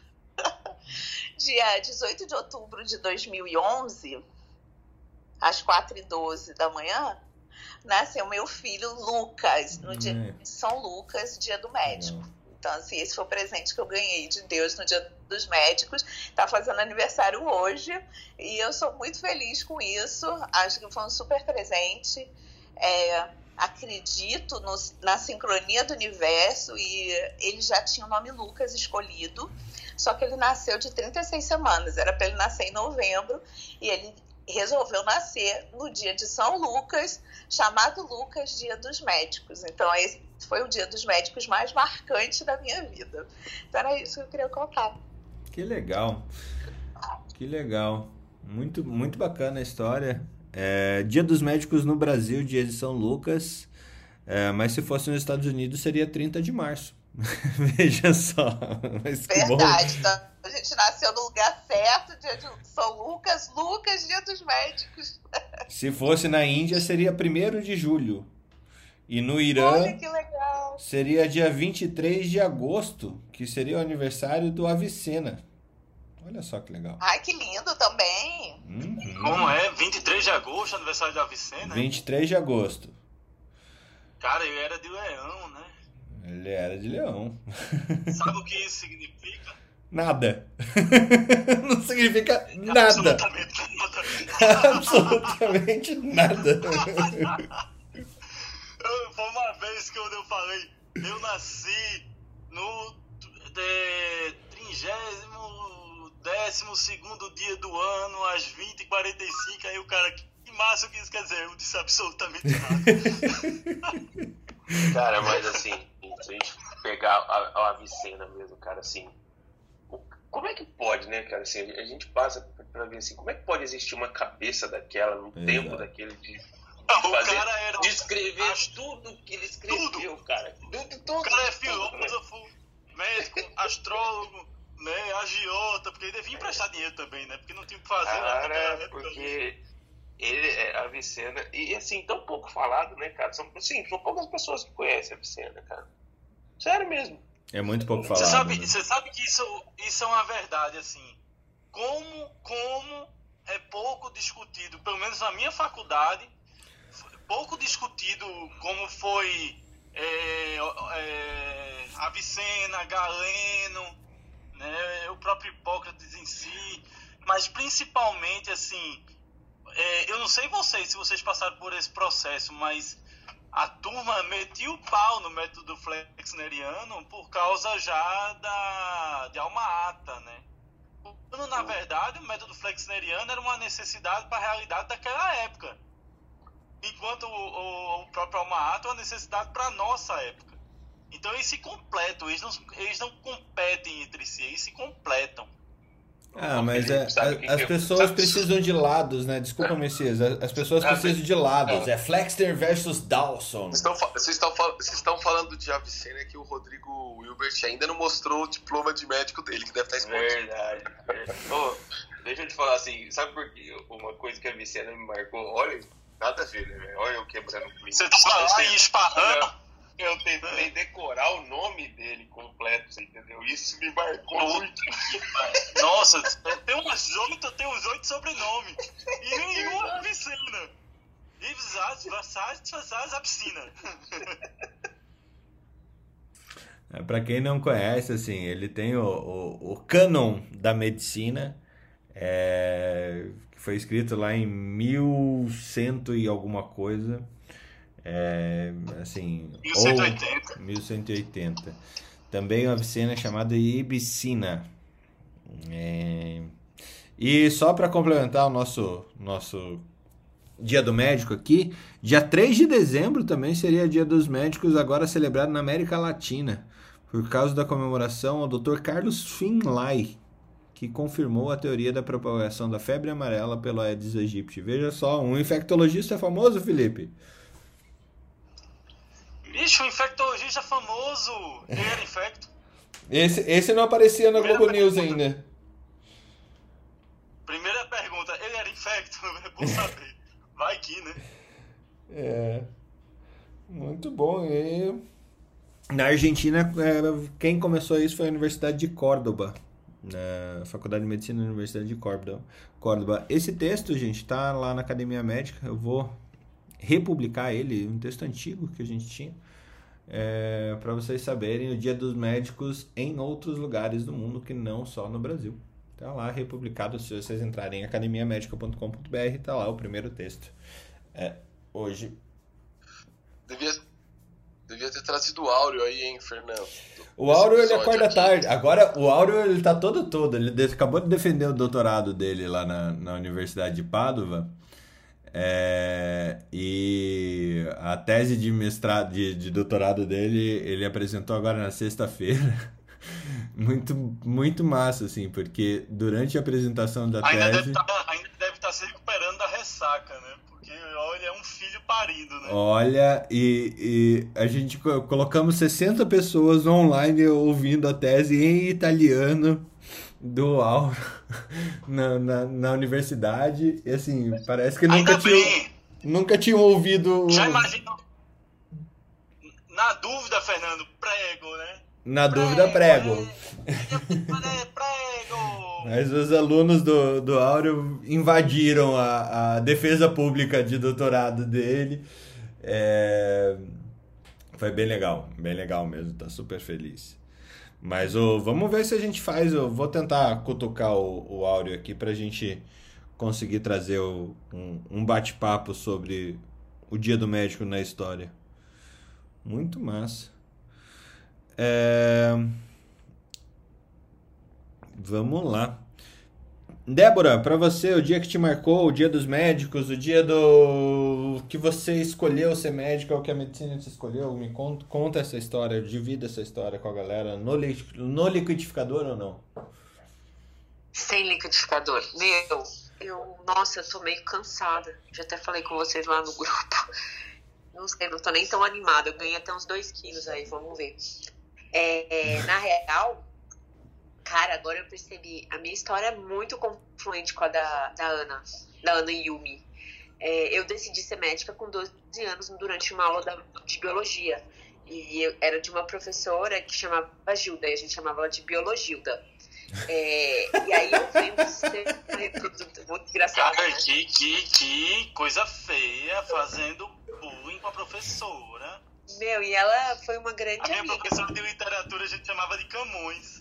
Dia dezoito de outubro de dois mil e onze, às quatro e doze da manhã, nasceu meu filho Lucas, no dia de São Lucas, dia do médico. Então, assim, esse foi o presente que eu ganhei de Deus no Dia dos Médicos. Tá fazendo aniversário hoje e eu sou muito feliz com isso. Acho que foi um super presente. É, acredito no, na sincronia do universo e ele já tinha o nome Lucas escolhido, só que ele nasceu de trinta e seis semanas, era para ele nascer em novembro e ele resolveu nascer no dia de São Lucas, chamado Lucas, Dia dos Médicos. Então esse foi o Dia dos Médicos mais marcante da minha vida. Então era isso que eu queria contar. Que legal, que legal, muito, muito bacana a história. É, Dia dos Médicos no Brasil, dia de São Lucas, é, mas se fosse nos Estados Unidos seria trinta de março. Veja só. Mas que verdade, bom. Então, a gente nasceu no lugar certo, dia de São Lucas, Lucas, Dia dos Médicos. Se fosse na Índia seria primeiro de julho. E no Irã Olha que legal. Seria dia vinte e três de agosto, que seria o aniversário do Avicena. Olha só que legal. Ai, que lindo também. Uhum. Como é? vinte e três de agosto, aniversário da Avicena? vinte e três de agosto. Cara, eu era de Leão, né? Ele era de Leão. Sabe o que isso significa? Nada. Não significa nada. Absolutamente nada. Absolutamente nada. Eu, foi uma vez que eu falei, eu nasci no é, trigésimo, décimo segundo dia do ano, às vinte e quarenta e cinco, aí o cara, que massa o que isso quer dizer? Eu disse absolutamente nada. Cara, mas assim, se a gente pegar a, a Avicena mesmo, cara, assim, o, como é que pode, né, cara, assim, a gente passa pra ver assim, como é que pode existir uma cabeça daquela, no Exato. tempo daquele de, de O fazer, cara era de escrever ast- tudo que ele escreveu, tudo. cara. Tudo, tudo, O cara é tudo, filósofo, médico, astrólogo, né, agiota, porque ele devia emprestar dinheiro também, né, porque não tinha o que fazer lá naquela cara, época. porque ele é a Avicena, e assim, tão pouco falado, né, cara, são, assim, são poucas pessoas que conhecem a Avicena, cara. Sério mesmo. É muito pouco Você falado. sabe, né? você sabe que isso, isso é uma verdade, assim. Como, como é pouco discutido, pelo menos na minha faculdade, pouco discutido como foi é, é, Avicena, Galeno, né, o próprio Hipócrates em si, mas principalmente, assim, é, eu não sei vocês, se vocês passaram por esse processo, mas a turma metia o pau no método flexneriano por causa já da, de Alma Ata, né? Quando, na verdade, o método flexneriano era uma necessidade para a realidade daquela época, enquanto o, o, o próprio Alma Ata é uma necessidade para a nossa época. Então eles se completam, eles não, eles não competem entre si, eles se completam. Ah, mas é, a, as pessoas precisam de lados, né? Desculpa, Messias. As pessoas precisam de lados. É Flexner versus Dawson. Vocês estão, vocês estão, vocês estão falando de Avicena que o Rodrigo Wilbert ainda não mostrou o diploma de médico dele, que deve estar escondido. Verdade. Oh, deixa eu te falar assim, sabe por quê? Uma coisa que a Avicena me marcou, olha, nada a ver, né? Olha eu quebrando o clima. Você tá lá e esparrando. Eu tentei decorar o nome dele completo, você entendeu? Isso me marcou muito. Nossa, tem umas oito, tem uns oito sobrenomes. E nenhum é Avicena. Ivsaz, Vassaz, Vassaz, Avicena. É, para quem não conhece, assim, ele tem o, o, o Cânon da Medicina, é, que foi escrito lá em mil e cem e alguma coisa. É, assim, mil cento e oitenta. Ou mil cento e oitenta. Também uma Avicena chamada Ibicina. É, e só para complementar o nosso, nosso Dia do Médico aqui, dia três de dezembro também seria Dia dos Médicos, agora celebrado na América Latina, por causa da comemoração ao doutor Carlos Finlay, que confirmou a teoria da propagação da febre amarela pelo Aedes aegypti. Veja só, um infectologista famoso, Felipe. Bicho, um infectologista famoso. Ele era infecto. Esse, esse não aparecia na Primeira Globo News pergunta. ainda. Primeira pergunta, ele era infecto? É bom saber. Vai que, né? É. Muito bom. E na Argentina, é, quem começou isso foi a Universidade de Córdoba. Na Faculdade de Medicina da Universidade de Córdoba. Córdoba. Esse texto, gente, tá lá na Academia Médica. Eu vou republicar ele, um texto antigo que a gente tinha, é, para vocês saberem o Dia dos Médicos em outros lugares do mundo que não só no Brasil. Tá lá republicado, se vocês entrarem em academia médica ponto com ponto b r, tá lá o primeiro texto. É, hoje. Devia, devia ter trazido o Áureo aí, hein, Fernando? O Áureo, ele episódio acorda aqui. tarde. Agora, o Áureo, ele tá todo todo. Ele de- acabou de defender o doutorado dele lá na, na Universidade de Pádua. É, e a tese de mestrado, de, de doutorado dele, ele apresentou agora na sexta-feira. Muito, muito massa, assim, porque durante a apresentação da Ainda tese... deve tá, ainda deve estar se recuperando da ressaca, né? Porque, olha, é um filho parindo, né? Olha, e, e a gente co- colocamos sessenta pessoas online ouvindo a tese em italiano do Auro na, na, na universidade. E assim, parece que nunca Ainda tinham, bem. nunca tinham ouvido o- Já imagino. Na dúvida, Fernando, prego, né? na dúvida prego. É, prego! Mas os alunos do, do Áureo invadiram a, a defesa pública de doutorado dele. É, foi bem legal, bem legal mesmo, tá super feliz. Mas ô, vamos ver se a gente faz. Eu vou tentar cutucar o, o Áureo aqui pra gente conseguir trazer o- um, um bate-papo sobre o Dia do Médico na história. Muito massa. É, Vamos lá. Débora, pra você, o dia que te marcou, o dia dos médicos, o dia do que você escolheu ser médico, ou que a medicina te escolheu, me conta, conta essa história, divida essa história com a galera, no, li- no liquidificador ou não? Sem liquidificador. Meu, eu, nossa, eu tô meio cansada. Já até falei com vocês lá no grupo. Não sei, não tô nem tão animada. Eu ganhei até uns dois quilos aí, vamos ver. É, é, na real, cara, agora eu percebi. A minha história é muito confluente com a da, da Ana, da Ana Yumi. É, eu decidi ser médica com doze anos durante uma aula da, de biologia. E eu era de uma professora que chamava Gilda, e a gente chamava ela de Biologilda. É, e aí eu vendo ser muito engraçado. Cara, Né? que, que, que coisa feia fazendo bullying com a professora. Meu, e ela foi uma grande A minha amiga. professora de literatura a gente chamava de Camões.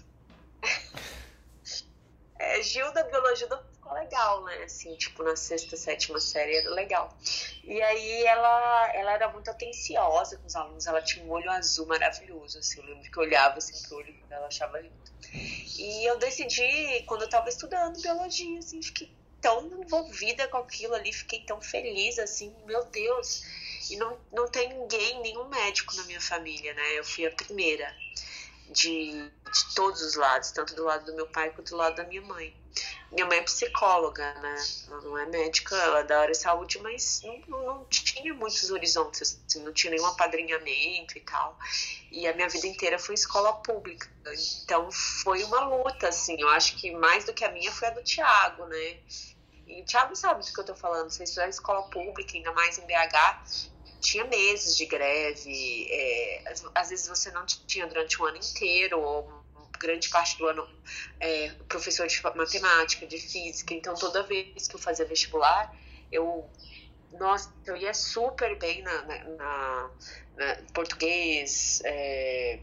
É, Gilda, Biologilda ficou legal, né? Assim, tipo, na sexta, sétima série era legal. E aí ela, ela era muito atenciosa com os alunos, ela tinha um olho azul maravilhoso, assim, eu lembro que eu olhava assim pro olho dela, achava lindo. E eu decidi, quando eu tava estudando biologia, assim, fiquei tão envolvida com aquilo ali, fiquei tão feliz, assim, meu Deus. E não, não tem ninguém, nenhum médico na minha família, né? Eu fui a primeira. de, de todos os lados, tanto do lado do meu pai quanto do lado da minha mãe. Minha mãe é psicóloga, né? Ela não é médica, ela é da área de saúde, mas não, não, não tinha muitos horizontes, assim, não tinha nenhum apadrinhamento e tal. E a minha vida inteira foi escola pública. Então foi uma luta, assim. Eu acho que mais do que a minha foi a do Thiago, né? E o Thiago sabe do que eu tô falando. Você estudar em escola pública, ainda mais em B H, tinha meses de greve. É, às, às vezes você não tinha durante o ano inteiro, ou grande parte do ano é, professor de matemática, de física. Então toda vez que eu fazia vestibular, eu nossa, eu ia super bem na, na, na, na português, é,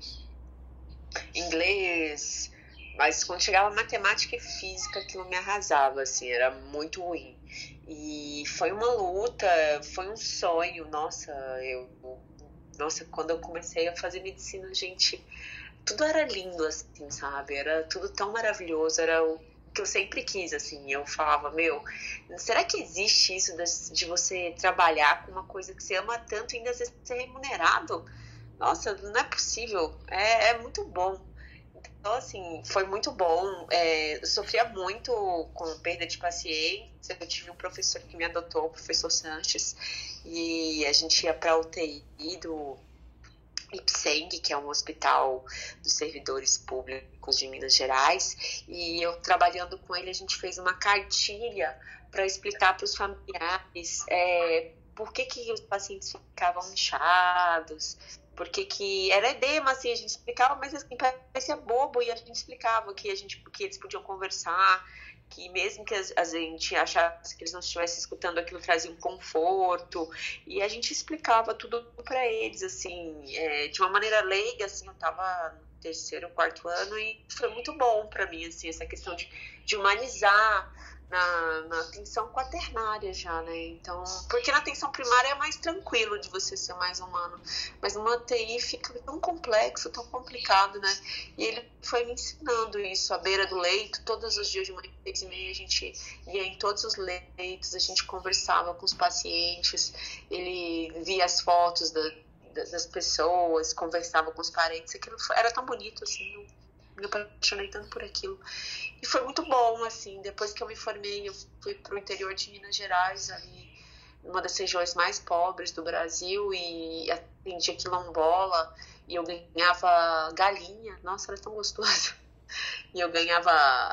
inglês, mas quando chegava matemática e física, aquilo me arrasava, assim, era muito ruim. E foi uma luta, foi um sonho. Nossa, eu nossa, quando eu comecei a fazer medicina, gente, tudo era lindo, assim, sabe? Era tudo tão maravilhoso, era o que eu sempre quis, assim. Eu falava, meu, será que existe isso de, de você trabalhar com uma coisa que você ama tanto e ainda ser remunerado? Nossa, não é possível. É, é muito bom. Então, assim, foi muito bom. É, eu sofria muito com perda de pacientes. Eu tive um professor que me adotou, o professor Sanches, e a gente ia para a U T I do Ipseng, que é um hospital dos servidores públicos de Minas Gerais, e eu trabalhando com ele, a gente fez uma cartilha para explicar para os familiares é, por que, que os pacientes ficavam inchados, por que que era edema, assim, a gente explicava, mas assim, parecia bobo, e a gente explicava que, a gente, que eles podiam conversar, que mesmo que a gente achasse que eles não estivessem escutando, aquilo trazia um conforto, e a gente explicava tudo para eles, assim, é, de uma maneira leiga, assim. Eu estava no terceiro, quarto ano, e foi muito bom para mim, assim, essa questão de, de humanizar na, na atenção quaternária já, né, então, porque na atenção primária é mais tranquilo de você ser mais humano, mas numa U T I fica tão complexo, tão complicado, né, e ele foi me ensinando isso, à beira do leito, todos os dias de manhã, seis e meia, a gente ia em todos os leitos, a gente conversava com os pacientes, ele via as fotos da, das pessoas, conversava com os parentes, aquilo foi, era tão bonito, assim, eu me apaixonei tanto por aquilo. E foi muito bom, assim, depois que eu me formei, eu fui pro interior de Minas Gerais, ali, uma das regiões mais pobres do Brasil, e atendia quilombola, e eu ganhava galinha, nossa, era tão gostoso. E eu ganhava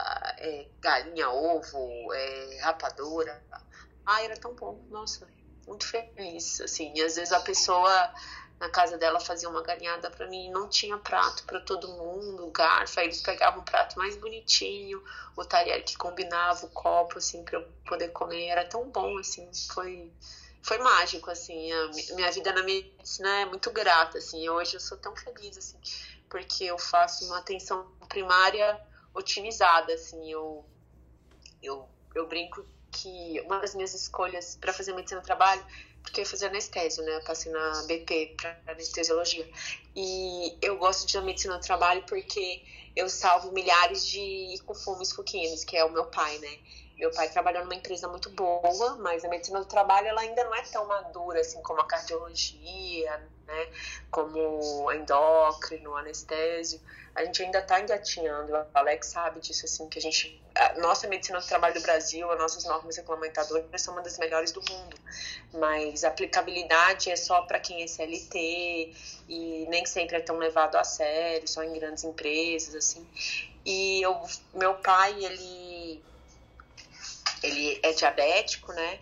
é, galinha, ovo, é, rapadura. Ai, era tão bom, nossa, muito feliz, assim. E às vezes a pessoa na casa dela fazia uma galinhada pra mim, não tinha prato pra todo mundo, garfo, aí eles pegavam o prato mais bonitinho, o talher que combinava, o copo, assim, pra eu poder comer, era tão bom, assim, foi, foi mágico, assim, a minha vida na medicina é muito grata, assim, hoje eu sou tão feliz, assim, porque eu faço uma atenção primária otimizada, assim, eu, eu, eu brinco que uma das minhas escolhas para fazer medicina do trabalho, porque eu ia fazer anestésio, né? Eu passei na B P para anestesiologia. E eu gosto de medicina do trabalho porque eu salvo milhares de icofumes fuquinos, que é o meu pai, né? Meu pai trabalhou numa empresa muito boa, mas a medicina do trabalho ela ainda não é tão madura, assim, como a cardiologia, né? Como a endócrino, anestésio. A gente ainda está engatinhando, o Alex sabe disso, assim, que a gente... A nossa medicina do trabalho do Brasil, as nossas normas regulamentadoras são uma das melhores do mundo, mas a aplicabilidade é só para quem é C L T e nem sempre é tão levado a sério, só em grandes empresas, assim. E eu, meu pai, ele, ele é diabético, né,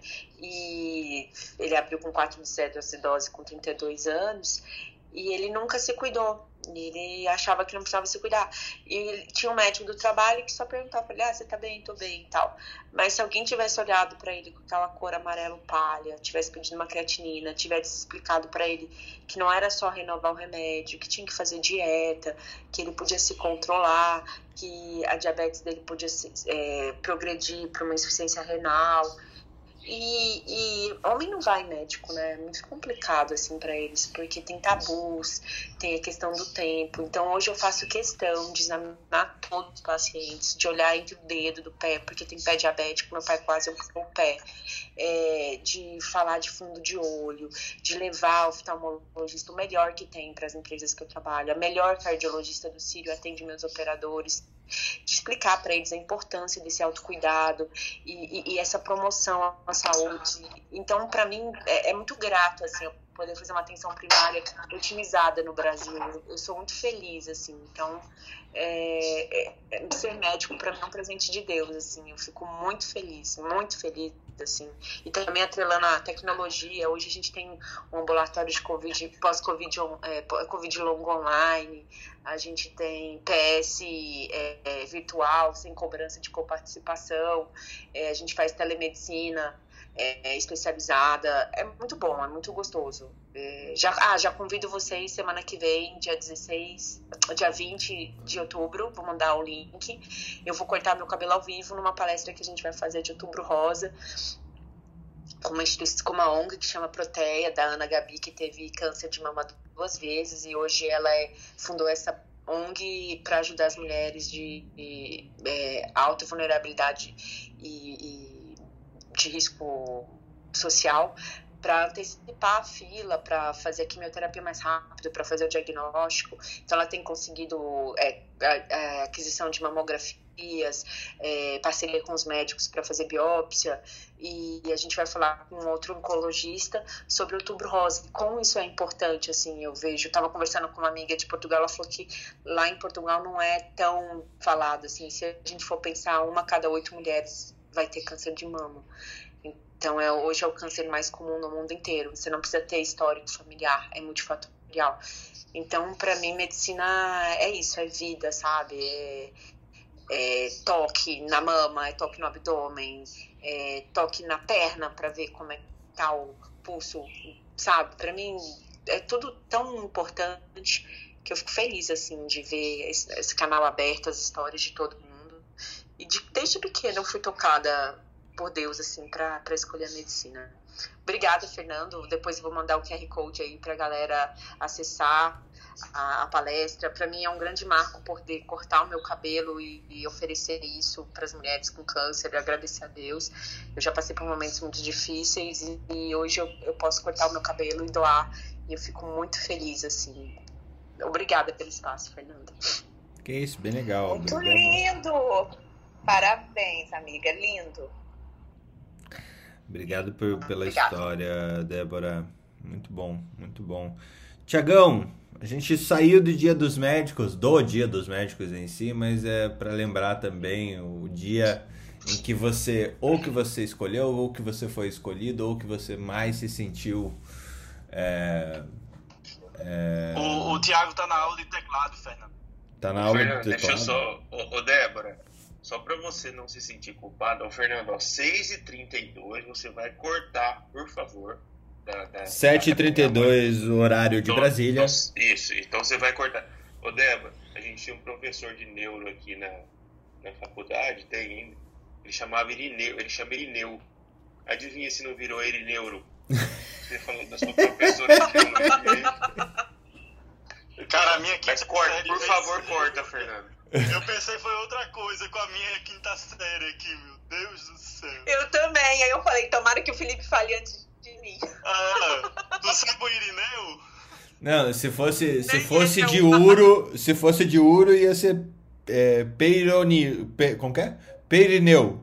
e ele abriu com quatro de cetoacidose com trinta e dois anos, e ele nunca se cuidou. Ele achava que não precisava se cuidar. E ele tinha um médico do trabalho que só perguntava pra ele, ah, você tá bem? Tô bem e tal. Mas se alguém tivesse olhado pra ele com aquela cor amarelo palha, tivesse pedido uma creatinina, tivesse explicado pra ele que não era só renovar o remédio, que tinha que fazer dieta, que ele podia se controlar, que a diabetes dele podia se, é, progredir pra uma insuficiência renal. E, e homem não vai médico, né? É muito complicado, assim, pra eles, porque tem tabus, tem a questão do tempo. Então, hoje eu faço questão de examinar todos os pacientes, de olhar entre o dedo do pé, porque tem pé diabético, meu pai quase amputou o pé, é, de falar de fundo de olho, de levar o oftalmologista o melhor que tem para as empresas que eu trabalho, a melhor cardiologista do Sírio atende meus operadores, de explicar para eles a importância desse autocuidado e, e, e essa promoção à saúde. Então, para mim, é, é muito grato, assim, eu poder fazer uma atenção primária otimizada no Brasil. Eu sou muito feliz, assim. Então, é, é, é, ser médico, para mim, é um presente de Deus, assim. Eu fico muito feliz, muito feliz, assim. E também atrelando a tecnologia. Hoje a gente tem um ambulatório de COVID, pós-Covid, é, Covid longo online. A gente tem P S é, é, virtual, sem cobrança de coparticipação. É, a gente faz telemedicina é, especializada. É muito bom, é muito gostoso. É, já, ah, já convido vocês semana que vem, dia dezesseis, dia vinte de outubro. Vou mandar o link. Eu vou cortar meu cabelo ao vivo numa palestra que a gente vai fazer de Outubro Rosa, com uma instituição, com uma O N G que chama Proteia, da Ana Gabi, que teve câncer de mama duas vezes, e hoje ela é, fundou essa O N G para ajudar as mulheres de, de é, alta vulnerabilidade e, e de risco social, para antecipar a fila, para fazer a quimioterapia mais rápido, para fazer o diagnóstico. Então ela tem conseguido é, a, a aquisição de mamografias, é, parceria com os médicos para fazer biópsia, e a gente vai falar com outro oncologista sobre o Outubro Rosa. E como isso é importante, assim, eu vejo, eu estava conversando com uma amiga de Portugal, ela falou que lá em Portugal não é tão falado, assim, se a gente for pensar, uma a cada oito mulheres vai ter câncer de mama. Então, é, hoje é o câncer mais comum no mundo inteiro. Você não precisa ter histórico familiar, é multifatorial. Então, para mim, medicina é isso, é vida, sabe? É, é toque na mama, é toque no abdômen, é toque na perna para ver como é que tá o pulso, sabe? Para mim, é tudo tão importante que eu fico feliz, assim, de ver esse, esse canal aberto, as histórias de todo mundo. E de, desde pequena eu fui tocada por Deus, assim, para escolher a medicina. Obrigada, Fernando. Depois eu vou mandar o Q R Code aí pra galera acessar a, a palestra. Para mim é um grande marco poder cortar o meu cabelo e, e oferecer isso para as mulheres com câncer e agradecer a Deus. Eu já passei por momentos muito difíceis e, e hoje eu, eu posso cortar o meu cabelo e doar, e eu fico muito feliz, assim. Obrigada pelo espaço, Fernando. Que isso, bem legal. Muito lindo! Parabéns, amiga, lindo. Obrigado por, pela Obrigada. história, Débora. Muito bom, muito bom. Tiagão, a gente saiu do Dia dos Médicos, do Dia dos Médicos em si, mas é para lembrar também o dia em que você, ou que você escolheu, ou que você foi escolhido, ou que você mais se sentiu... É, é... O, o Thiago tá na aula de teclado, Fernando. Tá na aula Fernando, de deixa eu teclado? só... Ô, ô, Débora, só pra você não se sentir culpado, ô, Fernando, ó, seis e trinta e dois, você vai cortar, por favor. Da, da, sete e trinta e dois, o horário de Então- Brasília. então- isso, então você vai cortar. Ô, Débora, a gente tinha um professor de neuro aqui na, na faculdade, tem ainda. Ele chamava Irineu, ele chama Irineu. Adivinha se não virou Irineuro? Você falou da sua professora de neuro. Cara, a minha quinta Mas corta, série por fez- favor, corta, Fernando. Eu pensei foi outra coisa com a minha quinta série aqui, meu Deus do céu. Eu também, aí eu falei, tomara que o Felipe fale antes de mim. Ah, do Sambo Irineu? Não, se fosse, se Nem fosse é de tão- Uro, se fosse de Uro ia ser é, Peironi, pe, como que é? Peirineu.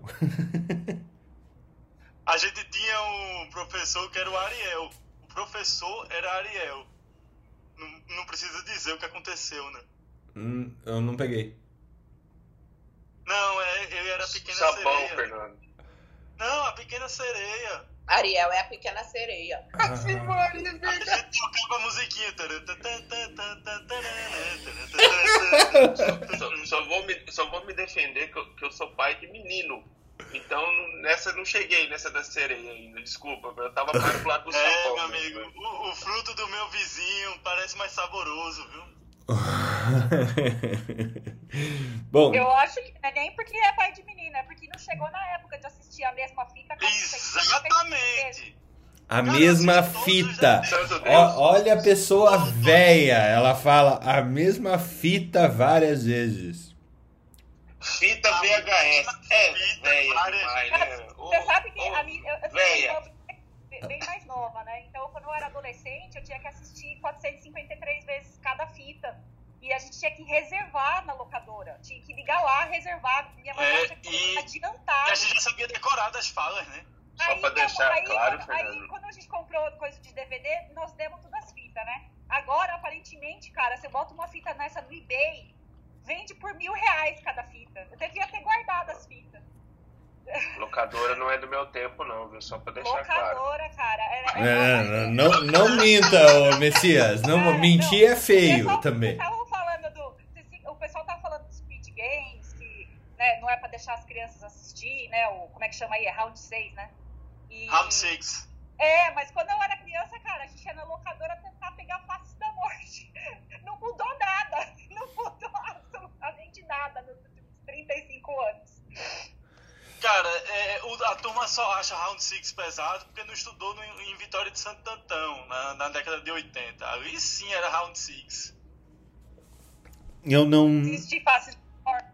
A gente tinha um professor que era o Ariel. O professor era Ariel. Não, não precisa dizer o que aconteceu, né? Hum, eu não peguei. Não, é, ele era a Pequena Sabão, Sereia. Fernando. Não, a Pequena Sereia. Ariel é a pequena sereia. Ah, A gente tocava a musiquinha. Só, só vou me, só vou me defender que eu, que eu sou pai de menino. Então, não- nessa eu não cheguei, nessa da sereia ainda. Desculpa, eu tava mais pro lado do É, sabão. meu amigo, o, o fruto do meu vizinho parece mais saboroso, viu? Bom, Eu acho que não é nem porque é pai de menina, é porque não chegou na época de assistir a mesma fita. com Exatamente. a Cara, mesma eu assisto todos os fita. desenhos. Santo Deus. Ó, olha a pessoa véia, ela fala a mesma fita várias vezes. Fita V H S. É, velha demais, né? Ô, Você sabe que ô, a minha. Eu, eu, véia. eu, adolescente, eu tinha que assistir quatrocentas e cinquenta e três vezes cada fita. E a gente tinha que reservar na locadora. Tinha que ligar lá, reservar. Minha mãe É, tinha que e- adiantar. E a gente já sabia decorar das falas, né? Só Aí, pra deixar aí, claro, aí, Fernando. quando a gente comprou coisa de D V D, nós demos todas as fitas, né? Agora, aparentemente, cara, você bota uma fita nessa no eBay, vende por mil reais cada fita. Eu devia ter guardado as fitas. Locadora não é do meu tempo, não, viu? Só pra deixar claro. Locadora, cara. Era, É, não, não, não minta, ô Messias. Não, Cara, mentir não, é feio o pessoal- também. estavam falando do, o pessoal tava falando dos Squid Games, que né, não é pra deixar as crianças assistir, né? O, como é que chama aí? É Round seis, né? E- Round six. É, mas quando eu era criança, cara, a gente ia na locadora tentar pegar Faces da Morte. Não mudou nada. Não mudou absolutamente nada nos últimos trinta e cinco anos. Cara, é, o- a turma só acha Round six pesado porque não estudou no, em Vitória de Santo Antão, na, na década de oitenta. Ali sim era Round six. Eu não. Assistir Faces da Morte.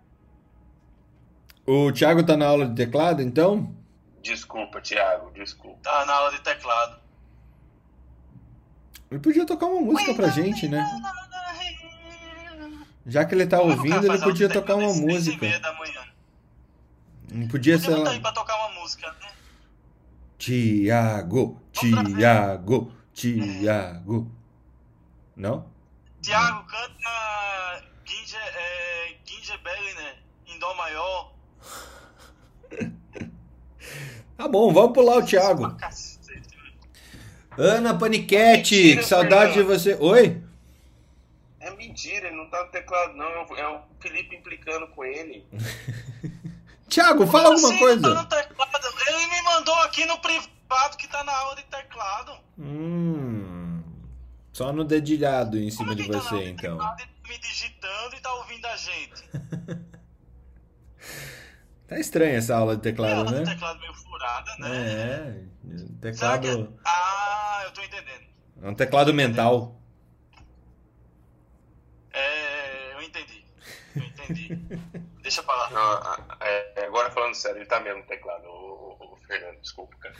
O Thiago tá na aula de teclado, então? Desculpa, Thiago, desculpa. Tá na aula de teclado. Ele podia tocar uma música pra gente, né? Já que ele tá Como é que o ouvindo, cara ele faz aula de podia tocar teclado uma às seis e música. meia da manhã? Não podia ser Podia botar lá. aí pra tocar uma música, né? Tiago, Tiago, Tiago. Não? Tiago, canta Ginger, é, Ginger Belliner em Dó maior. Tá bom, vamos pular o Thiago. Pra cacete. Ana Paniquete, Mentira, que saudade de Fernando. você. Oi? É mentira, ele não tá no teclado, não. É o Felipe implicando com ele. Thiago, fala alguma Assim, coisa. não tá no teclado. Ele me mandou aqui no privado que tá na aula de teclado. Hum. Só no dedilhado em cima Como de que tá na você, aula de então. teclado, ele tá me digitando e tá ouvindo a gente. Tá estranha essa aula de É teclado, aula de né? teclado meio furada, né? É, Será que... teclado. Ah, eu tô entendendo. É um teclado mental. É, eu entendi. Eu entendi. Deixa pra lá. Não, a- a- é, agora falando sério, ele tá mesmo no teclado. O, o- o Fernando, desculpa, cara.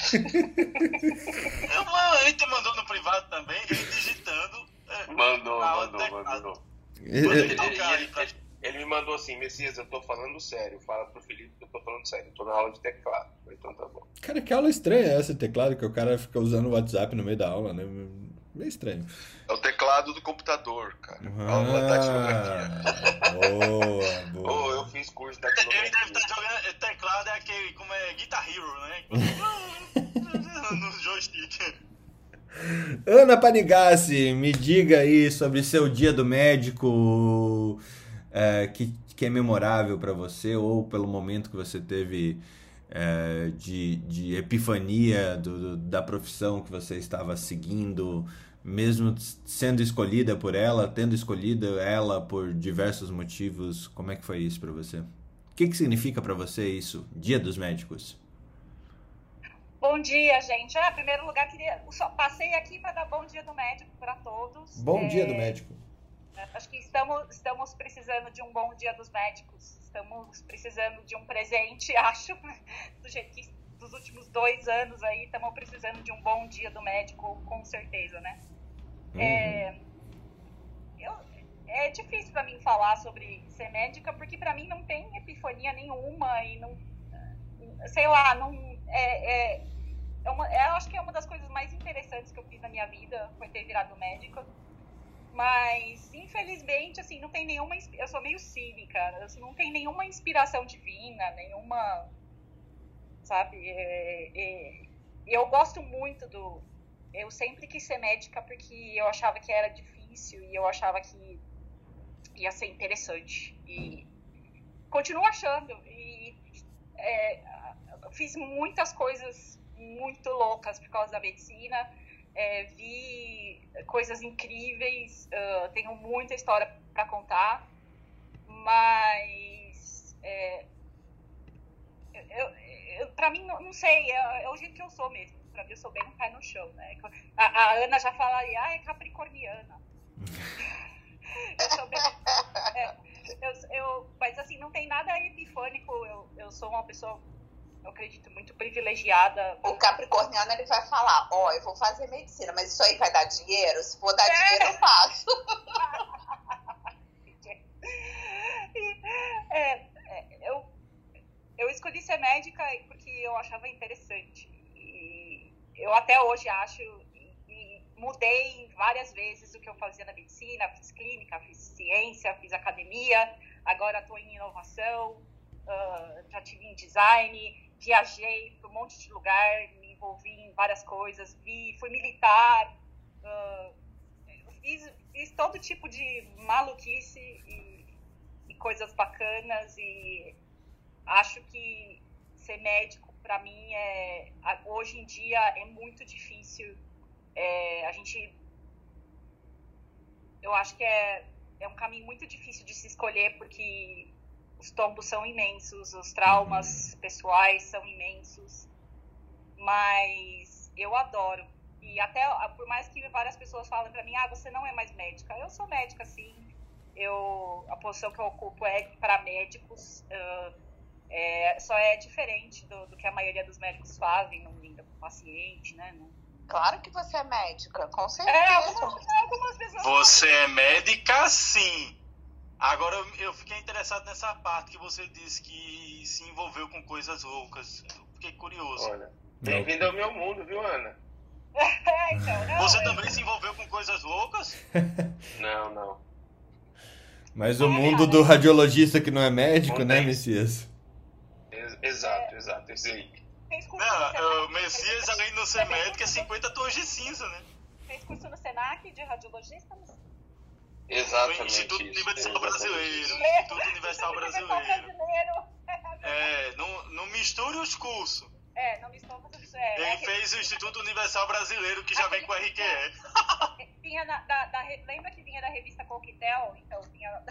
Eu, mano, ele te mandou no privado também, ele digitando. É, Mandou, na aula de mandou, teclado. mandou. Manda É, ele Ele, tocar aí ele- pra... ele- ele me mandou assim, Messias, eu tô falando sério. Fala pro Felipe que eu tô falando sério. Eu tô na aula de teclado. Então tá bom. Cara, que aula estranha é essa de teclado que o cara fica usando o WhatsApp no meio da aula, né? Meio estranho. É o teclado do computador, cara. Aula da datilografia. Ah, boa, Ô, boa. eu fiz curso de Ele deve datilografia. estar jogando. é, Teclado é aquele, como é, Guitar Hero, né? No joystick. Ana Panigassi, me diga aí sobre seu dia do médico, é, que, que é memorável pra você, ou pelo momento que você teve é, de, de epifania do, do- da profissão que você estava seguindo, mesmo sendo escolhida por ela, tendo escolhido ela por diversos motivos. Como é que foi isso pra você? O que, que significa pra você isso, Dia dos Médicos? Bom dia, gente. Ah, em primeiro lugar, queria, só passei aqui para dar bom dia do médico para todos. Bom É, dia do médico. Acho que estamos, estamos precisando de um bom dia dos médicos. Estamos precisando de um presente, acho. Do jeito que dos últimos dois anos aí, estamos precisando de um bom dia do médico, com certeza, né? Uhum. É, eu, é difícil para mim falar sobre ser médica, porque para mim não tem epifania nenhuma e não, sei lá, não é, é, é uma, eu acho que é uma das coisas mais interessantes que eu fiz na minha vida foi ter virado médica. Mas, infelizmente, assim, não tem nenhuma... Eu sou meio cínica, assim, não tem nenhuma inspiração divina, nenhuma... Sabe? É, é, eu gosto muito do... Eu sempre quis ser médica porque eu achava que era difícil e eu achava que ia ser interessante. E continuo achando. E é, fiz muitas coisas muito loucas por causa da medicina. É, vi coisas incríveis, uh, tenho muita história para contar, mas é, eu, eu, para mim, não, não sei, é, é o jeito que eu sou mesmo. Para mim, eu sou bem um pé no chão, né? A, a Ana já falaria, ah, é capricorniana. Eu sou bem, é, eu, eu, mas assim, não tem nada epifânico, eu, eu sou uma pessoa eu acredito, muito privilegiada. O capricorniano, ele vai falar, ó, oh, eu vou fazer medicina, mas isso aí vai dar dinheiro? Se for dar é. dinheiro, eu faço. é, é, eu, eu escolhi ser médica porque eu achava interessante. E eu até hoje acho, e, e mudei várias vezes o que eu fazia na medicina, fiz clínica, fiz ciência, fiz academia, agora estou em inovação, uh, já tive em design, viajei para um monte de lugar, me envolvi em várias coisas, vi, fui militar, uh, fiz, fiz todo tipo de maluquice e, e coisas bacanas, e acho que ser médico para mim é, hoje em dia é muito difícil. É, a gente, eu acho que é, é um caminho muito difícil de se escolher, porque os tombos são imensos, os traumas pessoais são imensos, mas eu adoro. E até, por mais que várias pessoas falem pra mim, ah, você não é mais médica. Eu sou médica, sim. Eu, a posição que eu ocupo é para médicos, uh, é, só é diferente do, do que a maioria dos médicos fazem, não linda com o paciente, né? Não... Claro que você é médica, com certeza. É, algumas, algumas pessoas... Você é médica, sim. Agora, eu fiquei interessado nessa parte que você disse que se envolveu com coisas loucas. Eu fiquei curioso. Olha, bem-vindo ao meu mundo, viu, Ana? É, então, não, você eu... também se envolveu com coisas loucas? Não, não. Mas o mundo do radiologista que não é médico, Não né, tem. Messias? Ex- Exato, exato, esse aí. Fez curso Não, no Senac, o Messias, além de não ser médico, é cinquenta tons de cinza, né? Fez curso no Senac de radiologista? Exatamente. O Instituto isso, Universal exatamente Brasileiro. isso. Instituto Universal Brasileiro. Brasileiro. É, não, não misture os cursos. É, não me estou fazendo isso. É, Ele é, fez o Instituto Universal Brasileiro, que já vem com R Q E. vinha da, da, da, lembra que vinha da revista Coquetel? Então, vinha...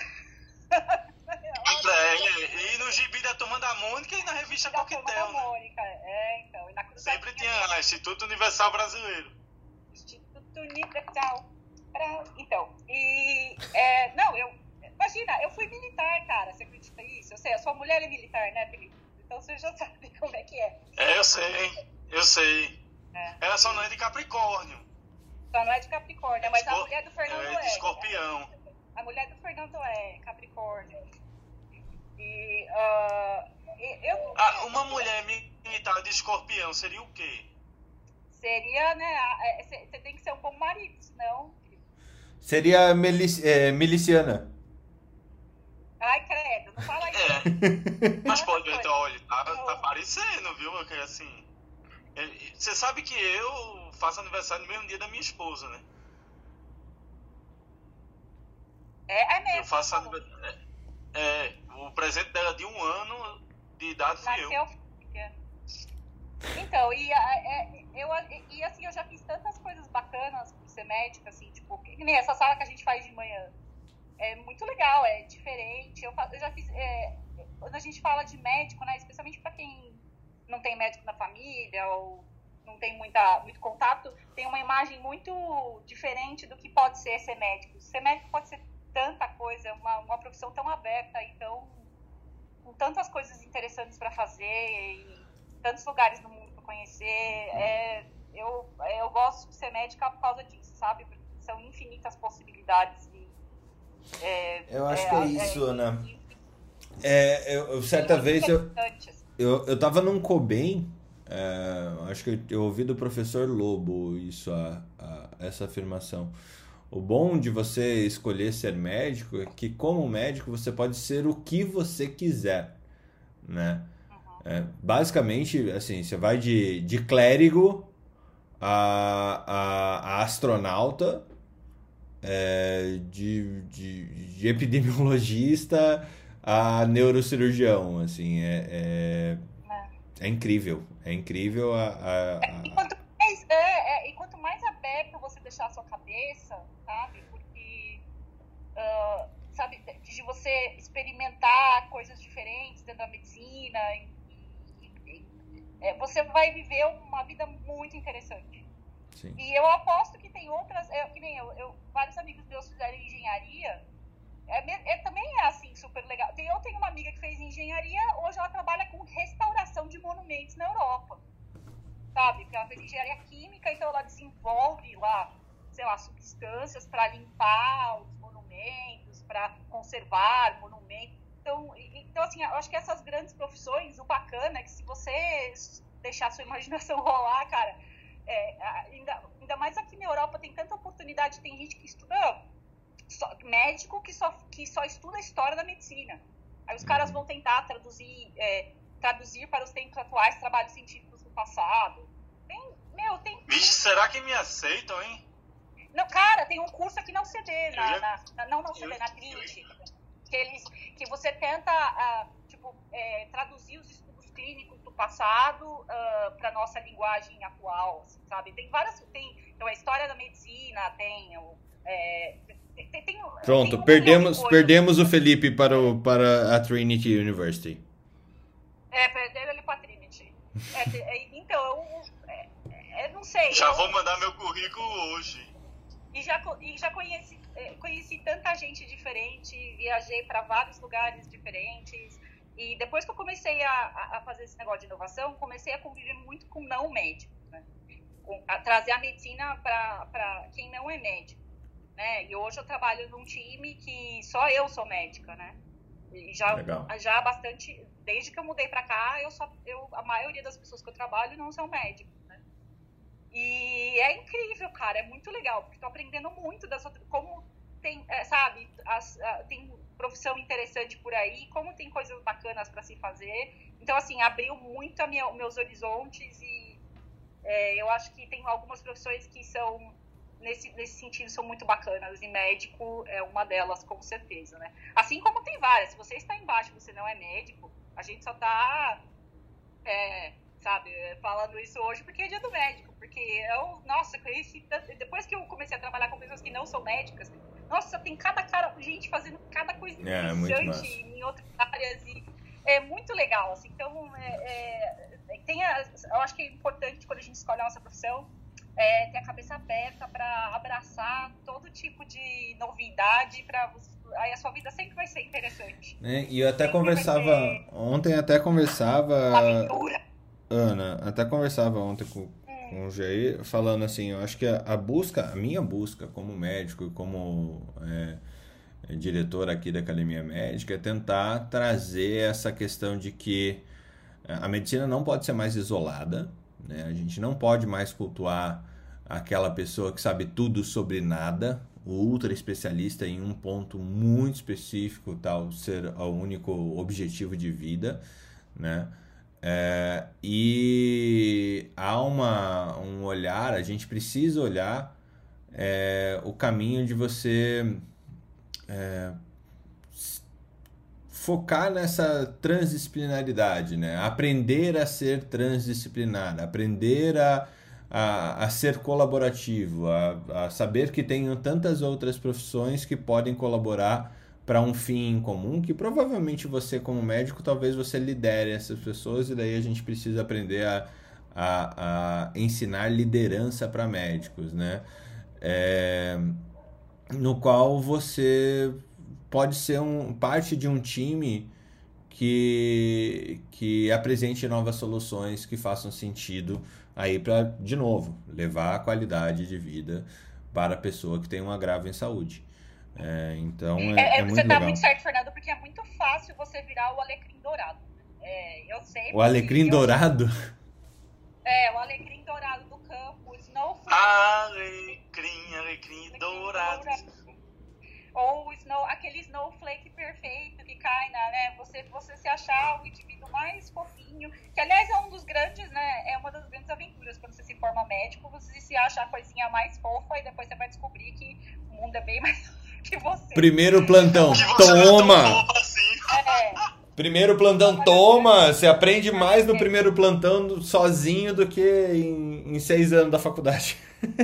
É, e no gibi da Turma da Mônica e na revista da Turma da Coquetel, né? Mônica. É, então. E na cruzadinha Sempre tinha lá, Instituto Universal Brasileiro. Instituto Universal. Pra... Então, e... É, não, eu... Imagina, eu fui militar, cara. Você acredita nisso? Eu sei, a sua mulher é militar, né, Felipe? Então você já sabe como é que é. É, eu sei, eu sei. É. Ela só não é de Capricórnio. Só não é de Capricórnio, mas a Escor- mulher do Fernando é é. de Escorpião. A mulher do Fernando é Capricórnio. E, uh, eu... Ah, uma mulher militar de Escorpião seria o quê? Seria, né, você tem que ser um bom marido, senão... Seria milici- é, miliciana. Ai, credo, não fala isso. É. Mas pode, Outra então, olha, tá, Eu- tá parecendo, viu? Porque assim. Você sabe que eu faço aniversário no mesmo dia da minha esposa, né? É, é mesmo. Eu faço aniversário. É, é, o presente dela de um ano de idade fui eu. Nasceu filha. Então, e, é, eu, e assim, eu já fiz tantas coisas bacanas por ser médica, assim, tipo, que nem essa sala que a gente faz de manhã. É muito legal, é diferente. Eu, eu já fiz. É, quando a gente fala de médico, né, especialmente para quem não tem médico na família ou não tem muita, muito contato, tem uma imagem muito diferente do que pode ser ser médico. Ser médico pode ser tanta coisa, é uma, uma profissão tão aberta, então, com tantas coisas interessantes para fazer e tantos lugares no mundo para conhecer. É, eu, eu gosto de ser médica por causa disso, sabe? Porque são infinitas possibilidades. É, Eu acho é, que é é, isso, é, Ana. É, eu, eu- certa vez eu, eu, eu tava num Cobem, é, acho que eu, eu ouvi do professor Lobo isso, a, a- essa afirmação. O bom de você escolher ser médico é que, como médico, você pode ser o que você quiser, né? É, basicamente, assim, você vai de, de clérigo a, a, a astronauta, é, de, de, de epidemiologista a neurocirurgião, assim, é, é, é incrível, é incrível a, a, a- E quanto mais, é, é, e quanto mais aberto você deixar a sua cabeça, sabe? Porque, ah, sabe, de você experimentar coisas diferentes dentro da medicina, e, e- e- é, você vai viver uma vida muito interessante. Sim. E eu aposto que tem outras, é, que nem eu, eu, vários amigos meus fizeram engenharia É, é, também é assim, super legal. Tem, eu tenho uma amiga que fez engenharia, hoje ela trabalha com restauração de monumentos na Europa. Sabe? Porque ela fez engenharia química, então ela desenvolve lá, sei lá, substâncias para limpar os monumentos, para conservar monumentos. Então, então, assim, eu acho que essas grandes profissões, o bacana é que se você deixar a sua imaginação rolar, cara, é, ainda, ainda mais aqui na Europa tem tanta oportunidade, tem gente que estuda, só, médico que só, que só estuda a história da medicina. Aí os caras vão tentar traduzir, é, traduzir para os tempos atuais trabalhos científicos do passado. Tem, meu, tem... Vixe, será que me aceitam, hein? Não, cara, tem um curso aqui na U C D, na, na, na, não na U C D, na Trinity, que, eles, que você tenta, uh, tipo, é, traduzir os estudos clínicos do passado uh, para nossa linguagem atual, assim, sabe? Tem várias, tem, então, a história da medicina, tem... É, tem, tem, tem Pronto, tem um perdemos, perdemos o Felipe para, o, para a Trinity University. É, perderam ele para a Trinity. É, então, eu, é, eu não sei. Já eu, vou mandar meu currículo hoje. E já, e já conheci, conheci tanta gente diferente, viajei para vários lugares diferentes. E depois que eu comecei a, a fazer esse negócio de inovação, comecei a conviver muito com não médicos, né? Com, a trazer a medicina para quem não é médico, né? E hoje eu trabalho num time que só eu sou médica, né? E já, já há bastante... Desde que eu mudei para cá, eu só, eu, a maioria das pessoas que eu trabalho não são médicos, né? E é incrível, cara, é muito legal, porque tô aprendendo muito das outras, como tem, é, sabe, as, a, tem profissão interessante por aí, como tem coisas bacanas para se fazer. Então, assim, abriu muito a minha, meus horizontes e é, eu acho que tem algumas profissões que são, nesse, nesse sentido, são muito bacanas, e médico é uma delas, com certeza, né? Assim como tem várias, se você está embaixo e você não é médico, a gente só tá... É, sabe, falando isso hoje porque é dia do médico, porque eu, nossa, conheci tanto, depois que eu comecei a trabalhar com pessoas que não são médicas, nossa, tem cada cara, gente fazendo cada coisa interessante é, em outras áreas e é muito legal, assim, então é, é, tem a, eu acho que é importante quando a gente escolhe a nossa profissão é, ter a cabeça aberta para abraçar todo tipo de novidade, para aí a sua vida sempre vai ser interessante. É, e eu até sempre conversava, ontem até conversava... Aventura. Ana, até conversava ontem com, com o Jair, falando assim, eu acho que a, a busca, a minha busca como médico e como é, é, diretor aqui da Academia Médica é tentar trazer essa questão de que a medicina não pode ser mais isolada, né? A gente não pode mais cultuar aquela pessoa que sabe tudo sobre nada, o ultra especialista em um ponto muito específico, tal, ser o único objetivo de vida, né? É, e há uma, um olhar, a gente precisa olhar é, o caminho de você é, focar nessa transdisciplinaridade, né? Aprender a ser transdisciplinar, aprender a, a, a ser colaborativo, a, a saber que tem tantas outras profissões que podem colaborar para um fim em comum, que provavelmente você como médico, talvez você lidere essas pessoas, e daí a gente precisa aprender a, a, a ensinar liderança para médicos, né? É, no qual você pode ser um, parte de um time que, que apresente novas soluções que façam sentido aí para, de novo, levar a qualidade de vida para a pessoa que tem um agravo em saúde. É, então é, é, é muito você tá legal. Muito certo, Fernando, porque é muito fácil você virar o alecrim dourado. É, eu sei. O alecrim eu... dourado? É, o alecrim dourado do campo, o snowflake. Alecrim, alecrim dourado. dourado. Ou o snow, aquele snowflake perfeito que cai na, né? Você, você se achar o indivíduo mais fofinho, que aliás é um dos grandes, né? É uma das grandes aventuras quando você se forma médico, você se acha a coisinha mais fofa e depois você vai descobrir que o mundo é bem mais que você. Primeiro plantão, toma! É. Primeiro plantão, toma! Você aprende mais no primeiro plantão sozinho do que em, em seis anos da faculdade.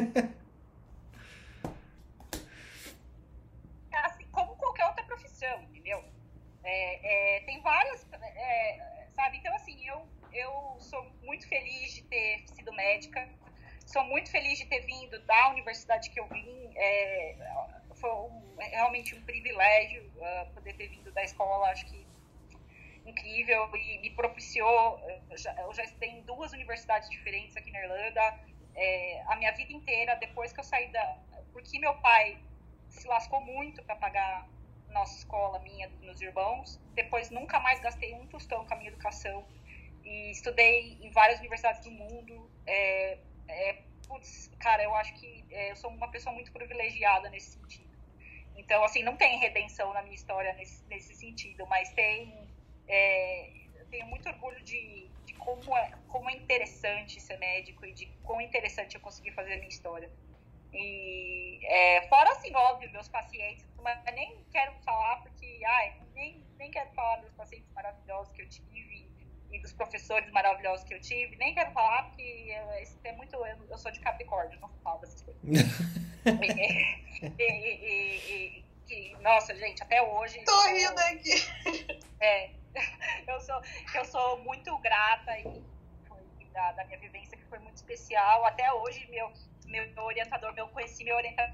Assim, como qualquer outra profissão, entendeu? É, é, tem várias, é, sabe? Então, assim, eu, eu sou muito feliz de ter sido médica, sou muito feliz de ter vindo da universidade que eu vim. É, foi um, é realmente um privilégio uh, poder ter vindo da escola, acho que incrível, e me propiciou, eu já, eu já estudei em duas universidades diferentes aqui na Irlanda, é, a minha vida inteira, depois que eu saí da... Porque meu pai se lascou muito para pagar nossa escola, minha, dos meus irmãos, depois nunca mais gastei um tostão com a minha educação, e estudei em várias universidades do mundo, é, é, putz, cara, eu acho que é, eu sou uma pessoa muito privilegiada nesse sentido. Então, assim, não tem redenção na minha história nesse, nesse sentido, mas tem... É, eu tenho muito orgulho de, de como, é, como é interessante ser médico e de quão interessante eu consegui fazer a minha história. E é, fora, assim, óbvio, meus pacientes, mas nem quero falar porque, ai, nem, nem quero falar dos pacientes maravilhosos que eu tive e dos professores maravilhosos que eu tive, nem quero falar porque eu, é muito, eu, eu sou de Capricórnio, não falo dessas coisas. e, e, e, e, e, nossa, gente, até hoje... Tô eu, rindo aqui! É... Eu sou, eu sou muito grata e foi da, da minha vivência, que foi muito especial. Até hoje, meu, meu orientador, meu conheci meu orientador.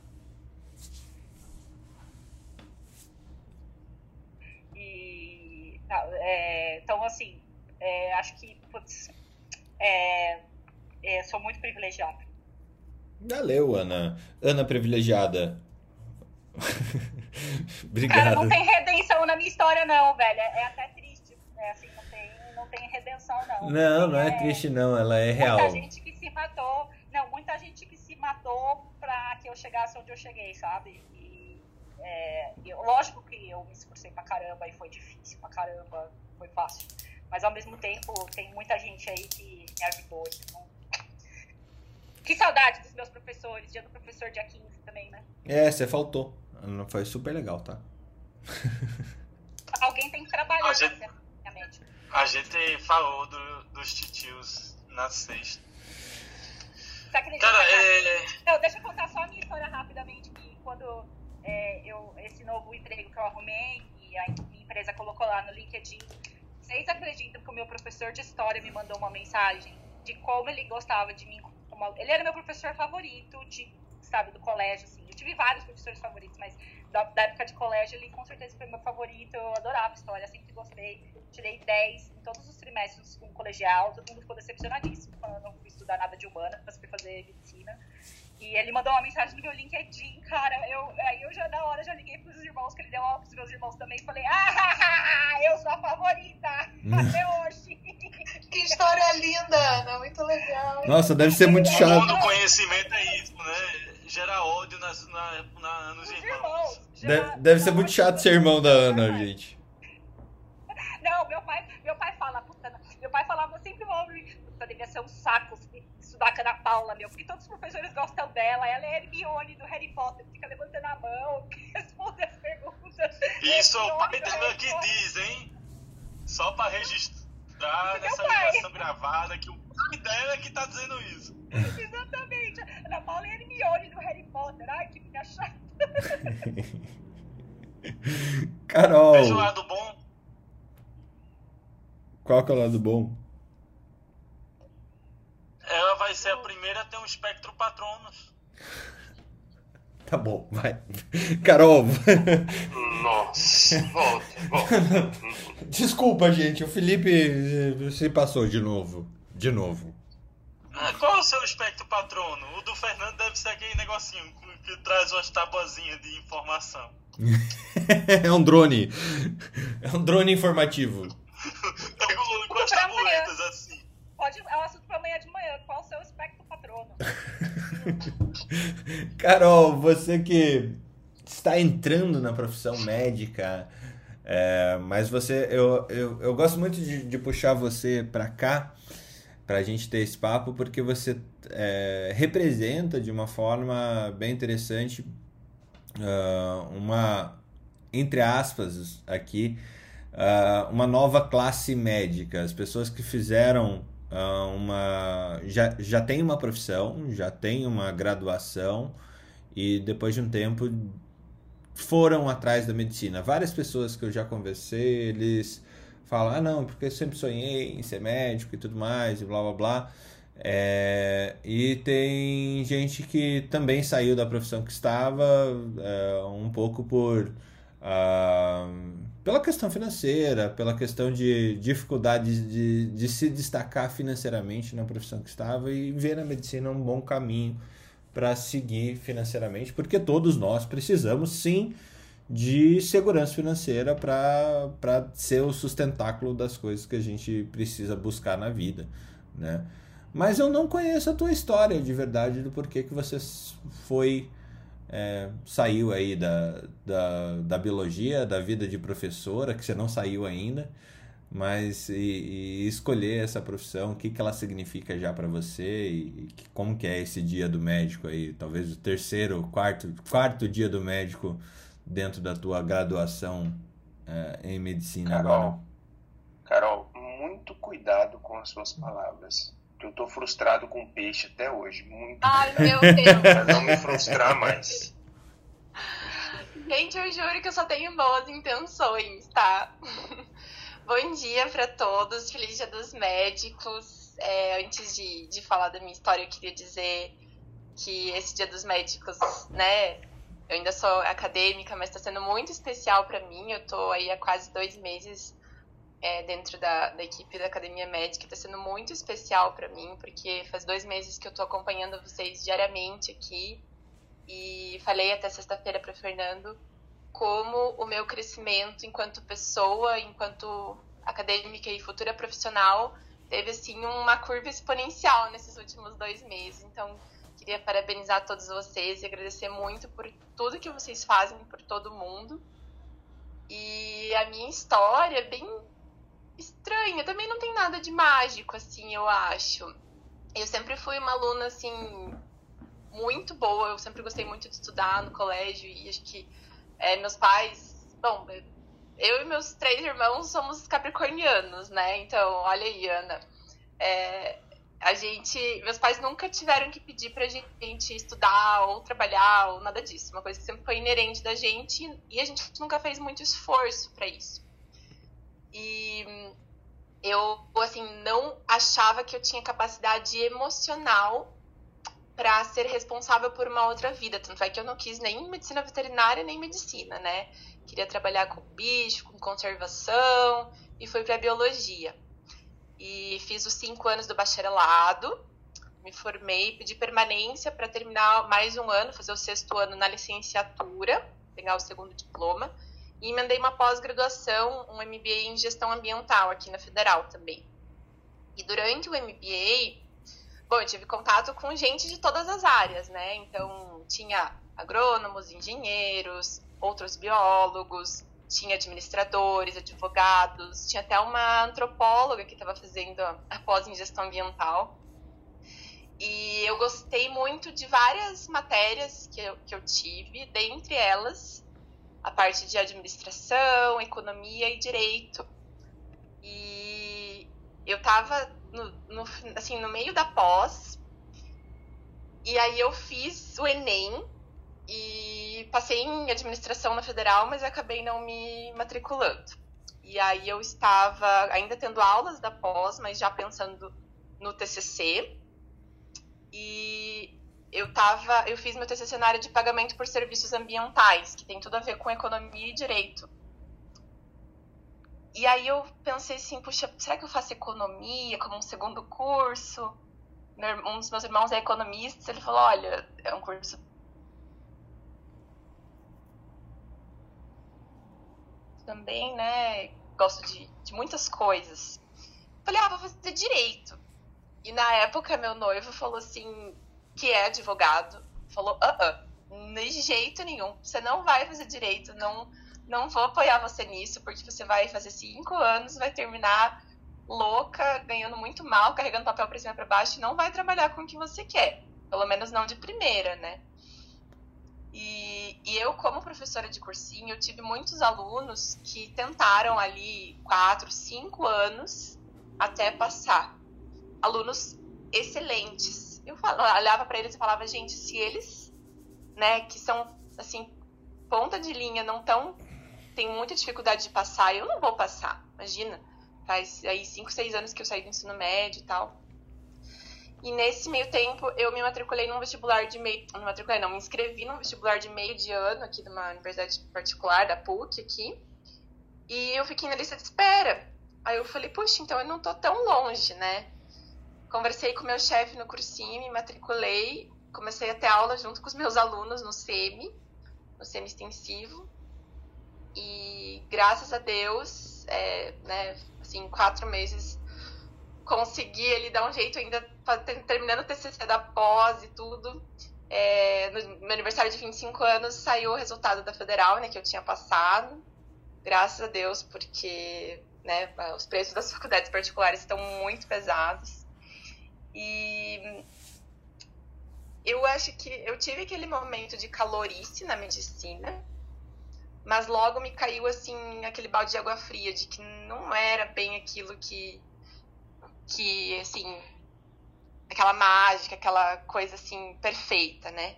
E, é, então, assim, é, acho que, putz, é, é, sou muito privilegiada. Valeu, Ana. Ana privilegiada. Obrigado. Cara, não tem redenção na minha história, não, velho. É, é até triste. É assim, não tem, não tem redenção, não. Não, não é, é triste, não. Ela é real. Muita gente que se matou. Não, muita gente que se matou pra que eu chegasse onde eu cheguei, sabe? E, é, eu, lógico que eu me esforcei pra caramba e foi difícil pra caramba. Foi fácil. Mas ao mesmo tempo, tem muita gente aí que me ajudou. Então... Que saudade dos meus professores. Dia do professor dia quinze também, né? É, você faltou. Foi super legal, tá? Alguém tem que trabalhar, a gente, né? A médica. A gente falou do, dos titios na sexta. Você acredita? Cara, é... Não, deixa eu contar só a minha história rapidamente, que quando é, eu, esse novo emprego que eu arrumei e a minha empresa colocou lá no LinkedIn, vocês acreditam que o meu professor de história me mandou uma mensagem de como ele gostava de mim? Como, ele era meu professor favorito, de, sabe, do colégio, assim. Eu tive vários professores favoritos, mas da, da época de colégio ele com certeza foi meu favorito. Eu adorava história, sempre gostei. Tirei dez em todos os trimestres com colegial, todo mundo ficou decepcionadíssimo quando eu não fui estudar nada de humana, mas fui fazer medicina. E ele mandou uma mensagem no meu LinkedIn, cara, eu, aí eu já na hora já liguei pros irmãos, que ele deu aula pros meus irmãos também, e falei, ah, eu sou a favorita, até hoje. Que história linda, Ana, muito legal. Nossa, deve ser muito chato. O bom do conhecimento é isso, né? Gera ódio nas, na, na, nos irmãos. irmãos. Deve, deve ser muito chato ser irmão da Ana, gente. Não, meu pai, meu pai fala, puta, meu pai falava sempre, puta, devia ser um saco estudar com a Ana Paula, meu, porque todos os professores gostam dela, ela é Hermione do Harry Potter, fica levantando a mão, responde as perguntas. Isso é o pai dela que diz, hein? Só pra registrar nessa ligação gravada que o pai dela é que tá dizendo isso. Exatamente, a Ana Paula é Hermione do Harry Potter, ai, que menina chata. Carol! Veja o lado bom. Qual que é o lado bom? Ela vai ser a primeira a ter um espectro Patronus. Tá bom, vai. Carol! Nossa, volta, volta. Desculpa, gente, o Felipe se passou de novo. De novo. Ah, qual é o seu espectro patrono? O do Fernando deve ser aquele negocinho que traz umas tabuazinhas de informação. É um drone. É um drone informativo. Pega o Lula com as tabuletas assim. Pode, é um assunto pra amanhã de manhã. Qual o seu espectro patrono? Carol, você que está entrando na profissão médica, é, mas você, eu, eu, eu gosto muito de, de puxar você para cá, para a gente ter esse papo, porque você é, representa de uma forma bem interessante uh, uma, entre aspas, aqui, uh, uma nova classe médica. As pessoas que fizeram uh, uma... Já, já têm uma profissão, já têm uma graduação e depois de um tempo foram atrás da medicina. Várias pessoas que eu já conversei, eles falam, ah não, porque eu sempre sonhei em ser médico e tudo mais, e blá blá blá. É, e tem gente que também saiu da profissão que estava, é, um pouco por ah, pela questão financeira, pela questão de dificuldade de, de se destacar financeiramente na profissão que estava e ver na medicina um bom caminho para seguir financeiramente, porque todos nós precisamos sim de segurança financeira para ser o sustentáculo das coisas que a gente precisa buscar na vida, né? Mas eu não conheço a tua história de verdade do porquê que você foi, é, saiu aí da, da, da biologia, da vida de professora, que você não saiu ainda, mas e, e escolher essa profissão, o que, que ela significa já para você e, e como que é esse dia do médico aí, talvez o terceiro, quarto, quarto dia do médico dentro da tua graduação é, em medicina. Carol, agora. Carol, muito cuidado com as suas palavras. Eu tô frustrado com peixe até hoje. Muito Ai, cuidado. meu Deus. Pra não me frustrar mais. Gente, eu juro que eu só tenho boas intenções, tá? Bom dia pra todos. Feliz Dia dos Médicos. É, antes de, de falar da minha história, eu queria dizer que esse Dia dos Médicos, né? Eu ainda sou acadêmica, mas tá sendo muito especial pra mim. Eu tô aí há quase dois meses É, dentro da, da equipe da Academia Médica, está sendo muito especial para mim, porque faz dois meses que eu estou acompanhando vocês diariamente aqui e falei até sexta-feira para o Fernando como o meu crescimento enquanto pessoa, enquanto acadêmica e futura profissional teve assim uma curva exponencial nesses últimos dois meses. Então, queria parabenizar todos vocês e agradecer muito por tudo que vocês fazem por todo mundo. E a minha história é bem estranha, também não tem nada de mágico, assim, eu acho. Eu sempre fui uma aluna, assim, muito boa, eu sempre gostei muito de estudar no colégio e acho que é, meus pais, bom, eu e meus três irmãos somos capricornianos, né, então, olha aí, Ana, é, a gente, meus pais nunca tiveram que pedir pra gente estudar ou trabalhar ou nada disso, uma coisa que sempre foi inerente da gente e a gente nunca fez muito esforço pra isso. E eu, assim, não achava que eu tinha capacidade emocional para ser responsável por uma outra vida. Tanto é que eu não quis nem medicina veterinária, nem medicina, né? Queria trabalhar com bicho, com conservação, e fui para biologia. E fiz os cinco anos do bacharelado, me formei, pedi permanência para terminar mais um ano, fazer o sexto ano na licenciatura, pegar o segundo diploma. E emendei uma pós-graduação, um M B A em gestão ambiental aqui na Federal também. E durante o M B A, bom, eu tive contato com gente de todas as áreas, né? Então, tinha agrônomos, engenheiros, outros biólogos, tinha administradores, advogados, tinha até uma antropóloga que estava fazendo a pós em gestão ambiental. E eu gostei muito de várias matérias que eu, que eu tive, dentre elas a parte de administração, economia e direito. E eu tava no, no, assim, no meio da pós, e aí eu fiz o Enem e passei em administração na Federal, mas acabei não me matriculando. E aí eu estava ainda tendo aulas da pós, mas já pensando no T C C. E eu tava, eu fiz meu T C C na área de pagamento por serviços ambientais, que tem tudo a ver com economia e direito. E aí eu pensei assim, puxa, será que eu faço economia como um segundo curso? Um dos meus irmãos é economista, ele falou, olha, é um curso também, né, gosto de, de muitas coisas. Falei, ah, vou fazer direito. E na época meu noivo falou assim, que é advogado, falou, ah, uh-uh, de jeito nenhum, você não vai fazer direito, não, não vou apoiar você nisso, porque você vai fazer cinco anos, vai terminar louca, ganhando muito mal, carregando papel pra cima e pra baixo, e não vai trabalhar com o que você quer, pelo menos não de primeira, né? E, e eu, como professora de cursinho, eu tive muitos alunos que tentaram ali quatro, cinco anos até passar. Alunos excelentes. Eu falava, olhava para eles e falava, gente, se eles, né, que são, assim, ponta de linha, não tão, tem muita dificuldade de passar, eu não vou passar, imagina. Faz aí cinco, seis anos que eu saí do ensino médio e tal. E nesse meio tempo, eu me matriculei num vestibular de meio... Não me matriculei, não. Me inscrevi num vestibular de meio de ano aqui de uma universidade particular, da P U C aqui. E eu fiquei na lista de espera. Aí eu falei, puxa, então eu não tô tão longe, né? Conversei com o meu chefe no cursinho, me matriculei. Comecei a ter aula junto com os meus alunos no SEMI, no SEMI extensivo. E graças a Deus, é, né, assim, em quatro meses... consegui ali dar um jeito ainda, terminando o T C C da pós e tudo. É, no meu aniversário de vinte e cinco anos saiu o resultado da federal, né, que eu tinha passado. Graças a Deus, porque, né, os preços das faculdades particulares estão muito pesados. E eu acho que eu tive aquele momento de calorice na medicina, mas logo me caiu, assim, aquele balde de água fria, de que não era bem aquilo que que, assim, aquela mágica, aquela coisa, assim, perfeita, né?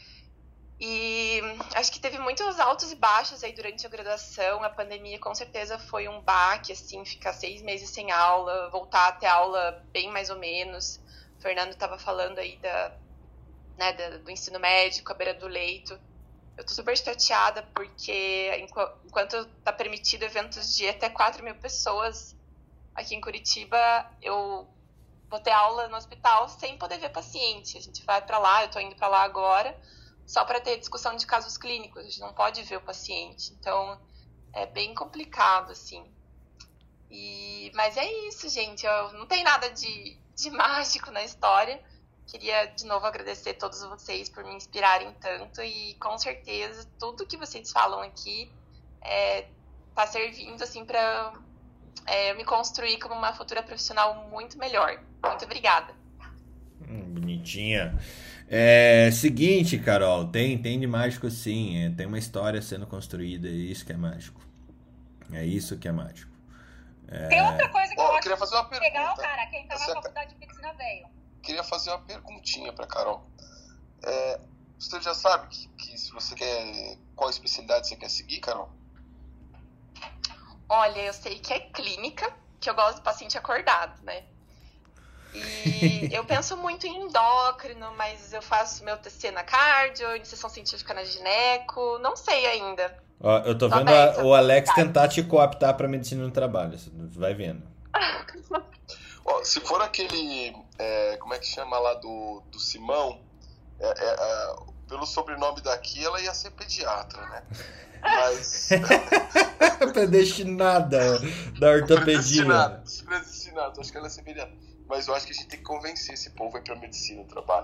E acho que teve muitos altos e baixos aí durante a graduação. A pandemia, com certeza, foi um baque, assim, ficar seis meses sem aula, voltar a ter aula bem mais ou menos. O Fernando estava falando aí da, né, da, do ensino médico, à beira do leito. Eu tô super chateada porque, enquanto tá permitido eventos de até quatro mil pessoas, aqui em Curitiba, eu vou ter aula no hospital sem poder ver paciente. A gente vai para lá, eu tô indo para lá agora, só para ter discussão de casos clínicos. A gente não pode ver o paciente. Então, é bem complicado, assim. E, mas é isso, gente. Eu, não tem nada de, de mágico na história. Queria, de novo, agradecer a todos vocês por me inspirarem tanto. E, com certeza, tudo que vocês falam aqui é, tá servindo, assim, para... É, me construir como uma futura profissional muito melhor. Muito obrigada. Hum, bonitinha. É, seguinte, Carol, tem, tem de mágico sim. É, tem uma história sendo construída, é isso que é mágico. É isso que é mágico. É... Tem outra coisa que oh, eu, eu queria fazer uma pergunta. Legal, cara, quem tá na Você... faculdade de medicina veio. Queria fazer uma perguntinha pra Carol. É, você já sabe que, que se você quer... Qual especialidade você quer seguir, Carol? Olha, eu sei que é clínica, que eu gosto do paciente acordado, né? E eu penso muito em endócrino, mas eu faço meu T C na cardio, iniciação científica na gineco, não sei ainda. Ó, eu tô vendo a, o Alex tentar te cooptar pra medicina no trabalho, vai vendo. Ó, se for aquele, é, como é que chama lá do, do Simão, é, é, é, pelo sobrenome daqui, ela ia ser pediatra, né? Mas... Predestinada da ortopedia. Predestinado, predestinado, acho que ela é pediatra. Mas eu acho que a gente tem que convencer esse povo a ir pra medicina, o trabalho.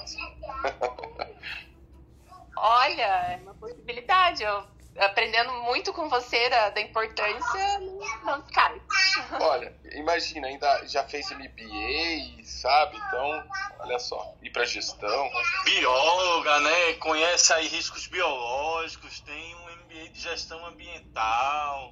Olha, é uma possibilidade. Eu, aprendendo muito com você da, da importância, não cai. Olha, imagina, ainda já fez M B A, sabe? Então, olha só, ir pra gestão. Bióloga, né? Conhece aí riscos biológicos, tem um M B A de gestão ambiental.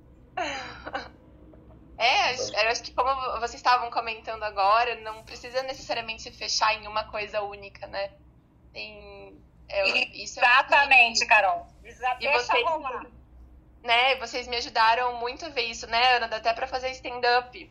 É, eu acho que como vocês estavam comentando agora, não precisa necessariamente se fechar em uma coisa única, né? Tem, é, isso Exatamente, é Carol. Exa- e deixa vocês, rolar. Né, vocês me ajudaram muito a ver isso, né, Ana? Dá até pra fazer stand-up.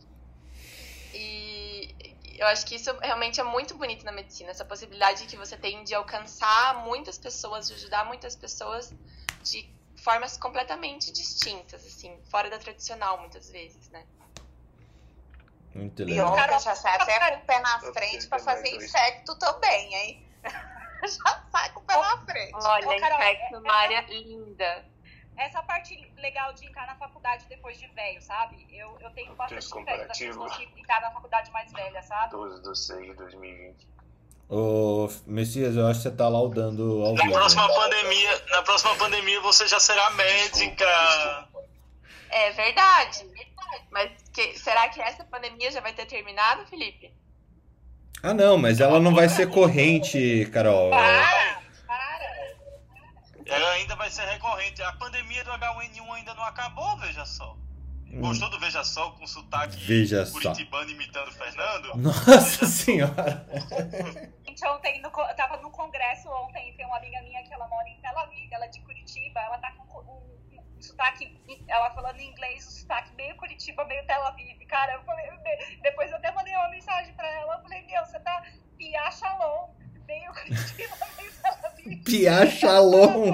E eu acho que isso realmente é muito bonito na medicina, essa possibilidade que você tem de alcançar muitas pessoas, de ajudar muitas pessoas de formas completamente distintas, assim, fora da tradicional, muitas vezes, né? Muito legal. Bióloga já sai até com o pé na frente para fazer infecto também, hein? Já sai com o pé na frente. Olha, Ô, Carol, infecto é uma área linda. Essa parte legal de entrar na faculdade depois de velho, sabe? Eu, eu tenho bastante inveja das pessoas que entrar na faculdade mais velha, sabe? doze de seis de dois mil e vinte. Ô, Messias, eu acho que você tá laudando ao na vivo. Próxima pandemia, na próxima pandemia você já será médica. É verdade. Mas que, será que essa pandemia já vai ter terminado, Felipe? Ah, não, mas ela não vai ser corrente, Carol. Para, para. Ela ainda vai ser recorrente. A pandemia do H um N um ainda não acabou, veja só. Gostou do Veja Só com sotaque Veja curitibano imitando o Fernando? Nossa senhora! Gente, ontem, no, eu tava no congresso ontem, tem uma amiga minha que ela mora em Tel Aviv, ela é de Curitiba, ela tá com um, sotaque, ela falando em inglês, o sotaque meio Curitiba, meio Tel Aviv. Cara, eu falei, depois eu até mandei uma mensagem pra ela, eu falei, meu, você tá Pia Shalom, meio Curitiba, meio Tel Aviv. Pia Shalom!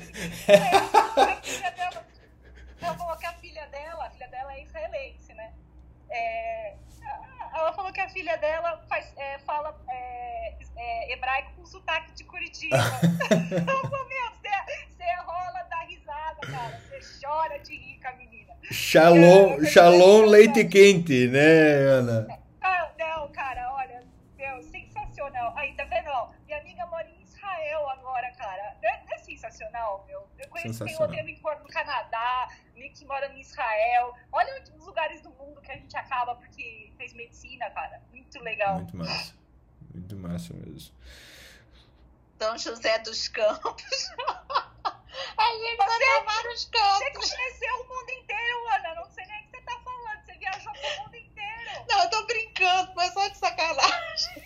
Ela falou que a filha dela, a filha dela é israelense, né? É, ela falou que a filha dela faz, é, fala é, é, hebraico com sotaque de Curitiba. Eu falei, meu, você, você rola da risada, cara. Você chora de rir com a menina. Shalom, shalom leite quente, né, Ana? Ah, não, cara, olha, meu, sensacional. Aí, tá vendo? Ó, minha amiga mora em Israel agora, cara. Não é, não é sensacional, meu? Eu conheço quem eu tenho que mora no Canadá, que mora em Israel. Olha os lugares do mundo que a gente acaba porque fez medicina, cara. Muito legal. Muito massa. Muito massa mesmo. São José dos Campos. A gente vai tomar os campos. Você conheceu o mundo inteiro, Ana. Não sei nem o que você tá falando. Você viajou pro mundo inteiro. Não, eu tô brincando, mas só de sacanagem.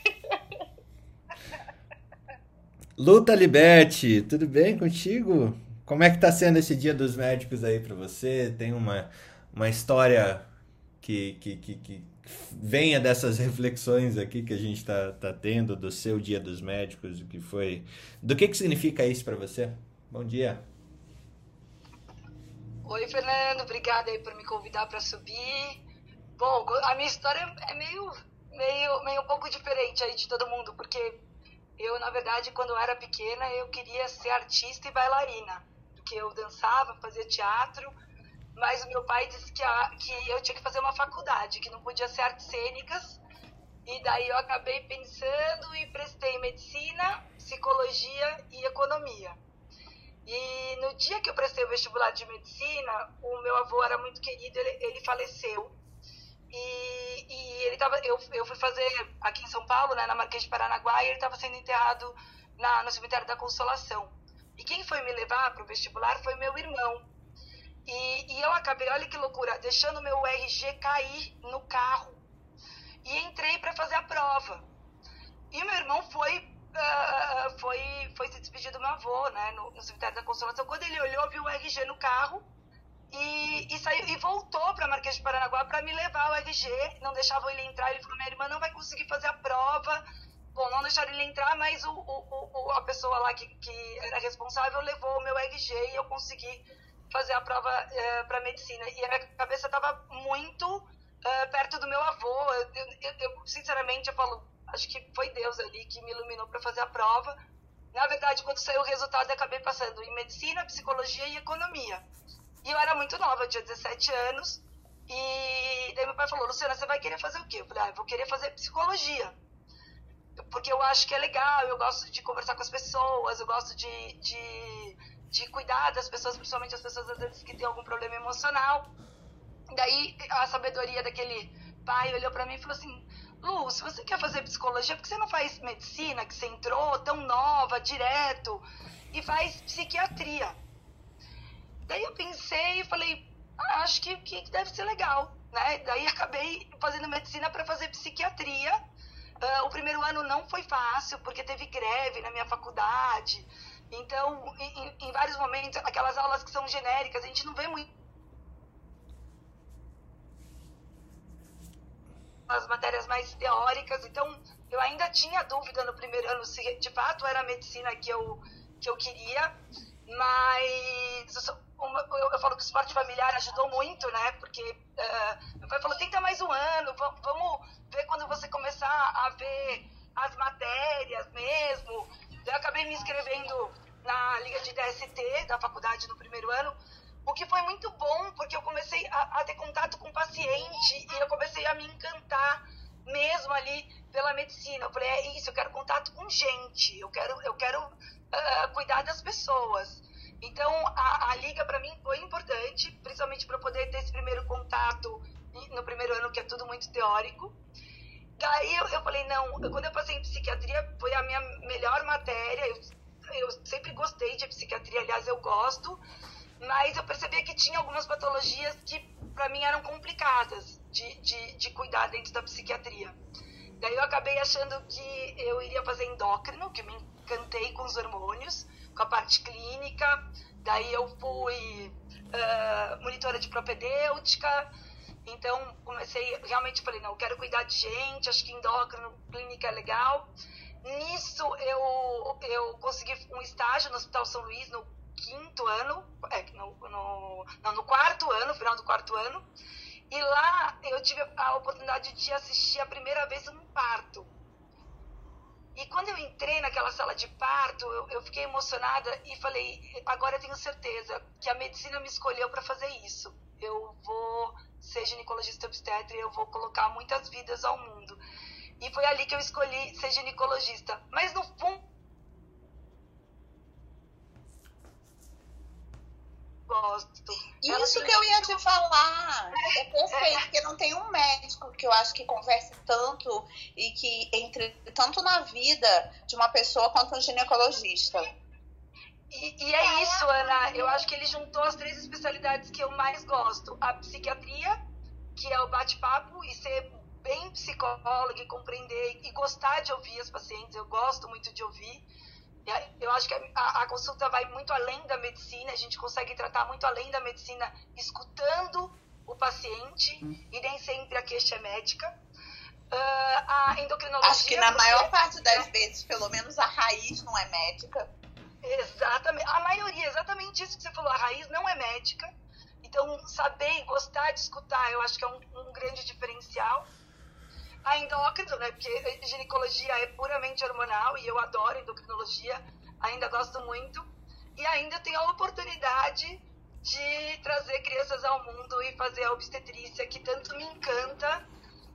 Luta Liberte, tudo bem contigo? Como é que tá sendo esse Dia dos Médicos aí pra você? Tem uma, uma história que, que, que, que venha dessas reflexões aqui que a gente tá, tá tendo do seu Dia dos Médicos, o que foi... Do que que significa isso pra você? Bom dia. Oi, Fernando, obrigada aí por me convidar para subir. Bom, a minha história é meio, meio, meio um pouco diferente aí de todo mundo, porque eu, na verdade, quando eu era pequena, eu queria ser artista e bailarina, porque eu dançava, fazia teatro, mas o meu pai disse que, a, que eu tinha que fazer uma faculdade, que não podia ser artes cênicas, e daí eu acabei pensando e prestei medicina, psicologia e economia. E no dia que eu prestei o vestibular de medicina, o meu avô era muito querido, ele, ele faleceu. E, e ele tava, eu, eu fui fazer aqui em São Paulo, né, na Marquês de Paranaguá, e ele estava sendo enterrado na, no cemitério da Consolação. E quem foi me levar para o vestibular foi meu irmão. E, e eu acabei, olha que loucura, deixando o meu R G cair no carro. E entrei para fazer a prova. E meu irmão foi... Uh, foi, foi se despedir do meu avô, né, no, no cemitério da Consolação. Quando ele olhou, viu o R G no carro e, e, saiu, e voltou para Marquês de Paranaguá para me levar o R G. Não deixava ele entrar. Ele falou, minha irmã não vai conseguir fazer a prova. Bom, não deixaram ele entrar, mas o, o, o, a pessoa lá que, que era responsável levou o meu R G e eu consegui fazer a prova uh, para medicina. E a minha cabeça estava muito uh, perto do meu avô. Eu, eu, eu, sinceramente, eu falo... Acho que foi Deus ali que me iluminou para fazer a prova. Na verdade, quando saiu o resultado, eu acabei passando em medicina, psicologia e economia. E eu era muito nova, eu tinha dezessete anos. E daí meu pai falou, Luciana, você vai querer fazer o quê? Eu falei, ah, eu vou querer fazer psicologia. Porque eu acho que é legal, eu gosto de conversar com as pessoas, eu gosto de, de, de cuidar das pessoas, principalmente as pessoas às vezes que têm algum problema emocional. Daí a sabedoria daquele pai olhou para mim e falou assim, Lu, se você quer fazer psicologia, por que você não faz medicina, que você entrou tão nova, direto, e faz psiquiatria? Daí eu pensei e falei, ah, acho que, que deve ser legal, né? Daí acabei fazendo medicina para fazer psiquiatria. Uh, o primeiro ano não foi fácil, porque teve greve na minha faculdade. Então, em, em vários momentos, aquelas aulas que são genéricas, a gente não vê muito as matérias mais teóricas, então eu ainda tinha dúvida no primeiro ano se de fato era a medicina que eu, que eu queria, mas eu, eu, eu falo que o esporte familiar ajudou muito, né, porque uh, meu pai falou, tenta mais um ano, vamos, vamos ver quando você começar a ver as matérias mesmo. Eu acabei me inscrevendo na Liga de D S T da faculdade no primeiro ano, o que foi muito bom, porque eu comecei a, a ter contato com o paciente e eu comecei a me encantar mesmo ali pela medicina. Eu falei, é isso, eu quero contato com gente, eu quero, eu quero uh, cuidar das pessoas. Então, a, a Liga para mim foi importante, principalmente para poder ter esse primeiro contato no primeiro ano, que é tudo muito teórico. Daí eu, eu falei, não, eu, quando eu passei em psiquiatria, foi a minha melhor matéria, eu, eu sempre gostei de psiquiatria, aliás, eu gosto, mas eu percebia que tinha algumas patologias que para mim eram complicadas de, de, de cuidar dentro da psiquiatria. Daí eu acabei achando que eu iria fazer endócrino, que me encantei com os hormônios, por com a parte clínica, daí eu fui uh, monitora de propedêutica, então comecei, realmente falei, não, eu quero cuidar de gente, acho que endócrino, clínica é legal. Nisso eu, eu consegui um estágio no Hospital São Luís no quinto ano, é, no, no, não, no quarto ano, final do quarto ano, e lá eu tive a oportunidade de assistir a primeira vez um parto. E quando eu entrei naquela sala de parto, eu, eu fiquei emocionada e falei, agora eu tenho certeza que a medicina me escolheu para fazer isso. Eu vou ser ginecologista obstetra e eu vou colocar muitas vidas ao mundo. E foi ali que eu escolhi ser ginecologista. Mas no fundo, gosto. Isso que eu ia te falar. É perfeito, porque não tem um médico que eu acho que converse tanto e que entre tanto na vida de uma pessoa quanto um ginecologista. E, e é isso, Ana. Eu acho que ele juntou as três especialidades que eu mais gosto. A psiquiatria, que é o bate-papo e ser bem psicóloga e compreender e gostar de ouvir as pacientes. Eu gosto muito de ouvir. Eu acho que a, a consulta vai muito além da medicina, a gente consegue tratar muito além da medicina escutando o paciente e nem sempre a queixa é médica. Uh, a endocrinologia... Acho que na porque... maior parte das vezes, pelo menos a raiz não é médica. Exatamente, a maioria, exatamente isso que você falou, a raiz não é médica. Então, saber e gostar de escutar, eu acho que é um, um grande diferencial. A endócrino, né, porque ginecologia é puramente hormonal e eu adoro endocrinologia, ainda gosto muito. E ainda tenho a oportunidade de trazer crianças ao mundo e fazer a obstetrícia, que tanto me encanta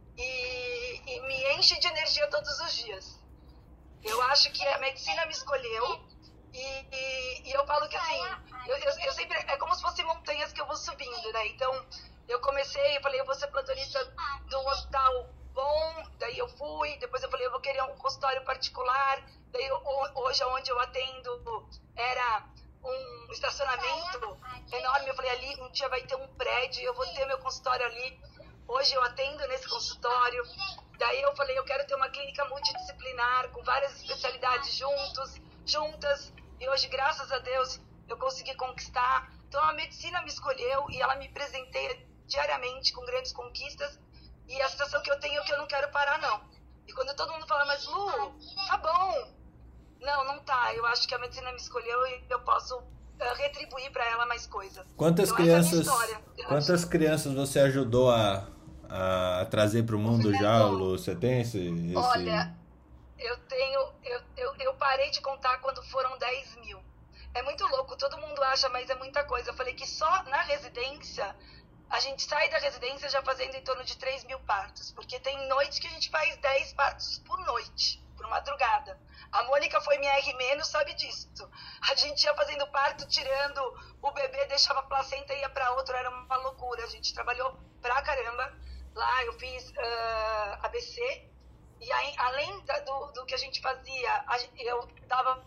e, e me enche de energia todos os dias. Eu acho que a medicina me escolheu e, e, e eu falo que assim, eu, eu, eu sempre, é como se fossem montanhas que eu vou subindo, né? Então, eu comecei, eu falei, eu vou ser plantonista de um hospital bom, daí eu fui, depois eu falei, eu vou querer um consultório particular, daí eu, hoje onde eu atendo era um estacionamento enorme, eu falei, ali um dia vai ter um prédio, eu vou ter meu consultório ali, hoje eu atendo nesse consultório, daí eu falei, eu quero ter uma clínica multidisciplinar, com várias especialidades juntos, juntas, e hoje, graças a Deus, eu consegui conquistar, então a medicina me escolheu e ela me presenteia diariamente com grandes conquistas. E a sensação que eu tenho é que eu não quero parar, não. E quando todo mundo fala, mas Lu, tá bom. Não, não tá. Eu acho que a medicina me escolheu e eu posso uh, retribuir para ela mais coisa. Quantas então, crianças essa é a minha história. Quantas crianças você ajudou a, a trazer para o mundo já, Lu? Você tem esse, esse... Olha, eu tenho... Eu, eu, eu parei de contar quando foram dez mil. É muito louco. Todo mundo acha, mas é muita coisa. Eu falei que só na residência... A gente sai da residência já fazendo em torno de três mil partos, porque tem noites que a gente faz dez partos por noite, por madrugada. A Mônica foi minha R menos, sabe disso. A gente ia fazendo parto, tirando o bebê, deixava a placenta e ia para outro, era uma loucura. A gente trabalhou pra caramba. Lá eu fiz uh, A B C, e aí, além da, do, do que a gente fazia, a, eu dava...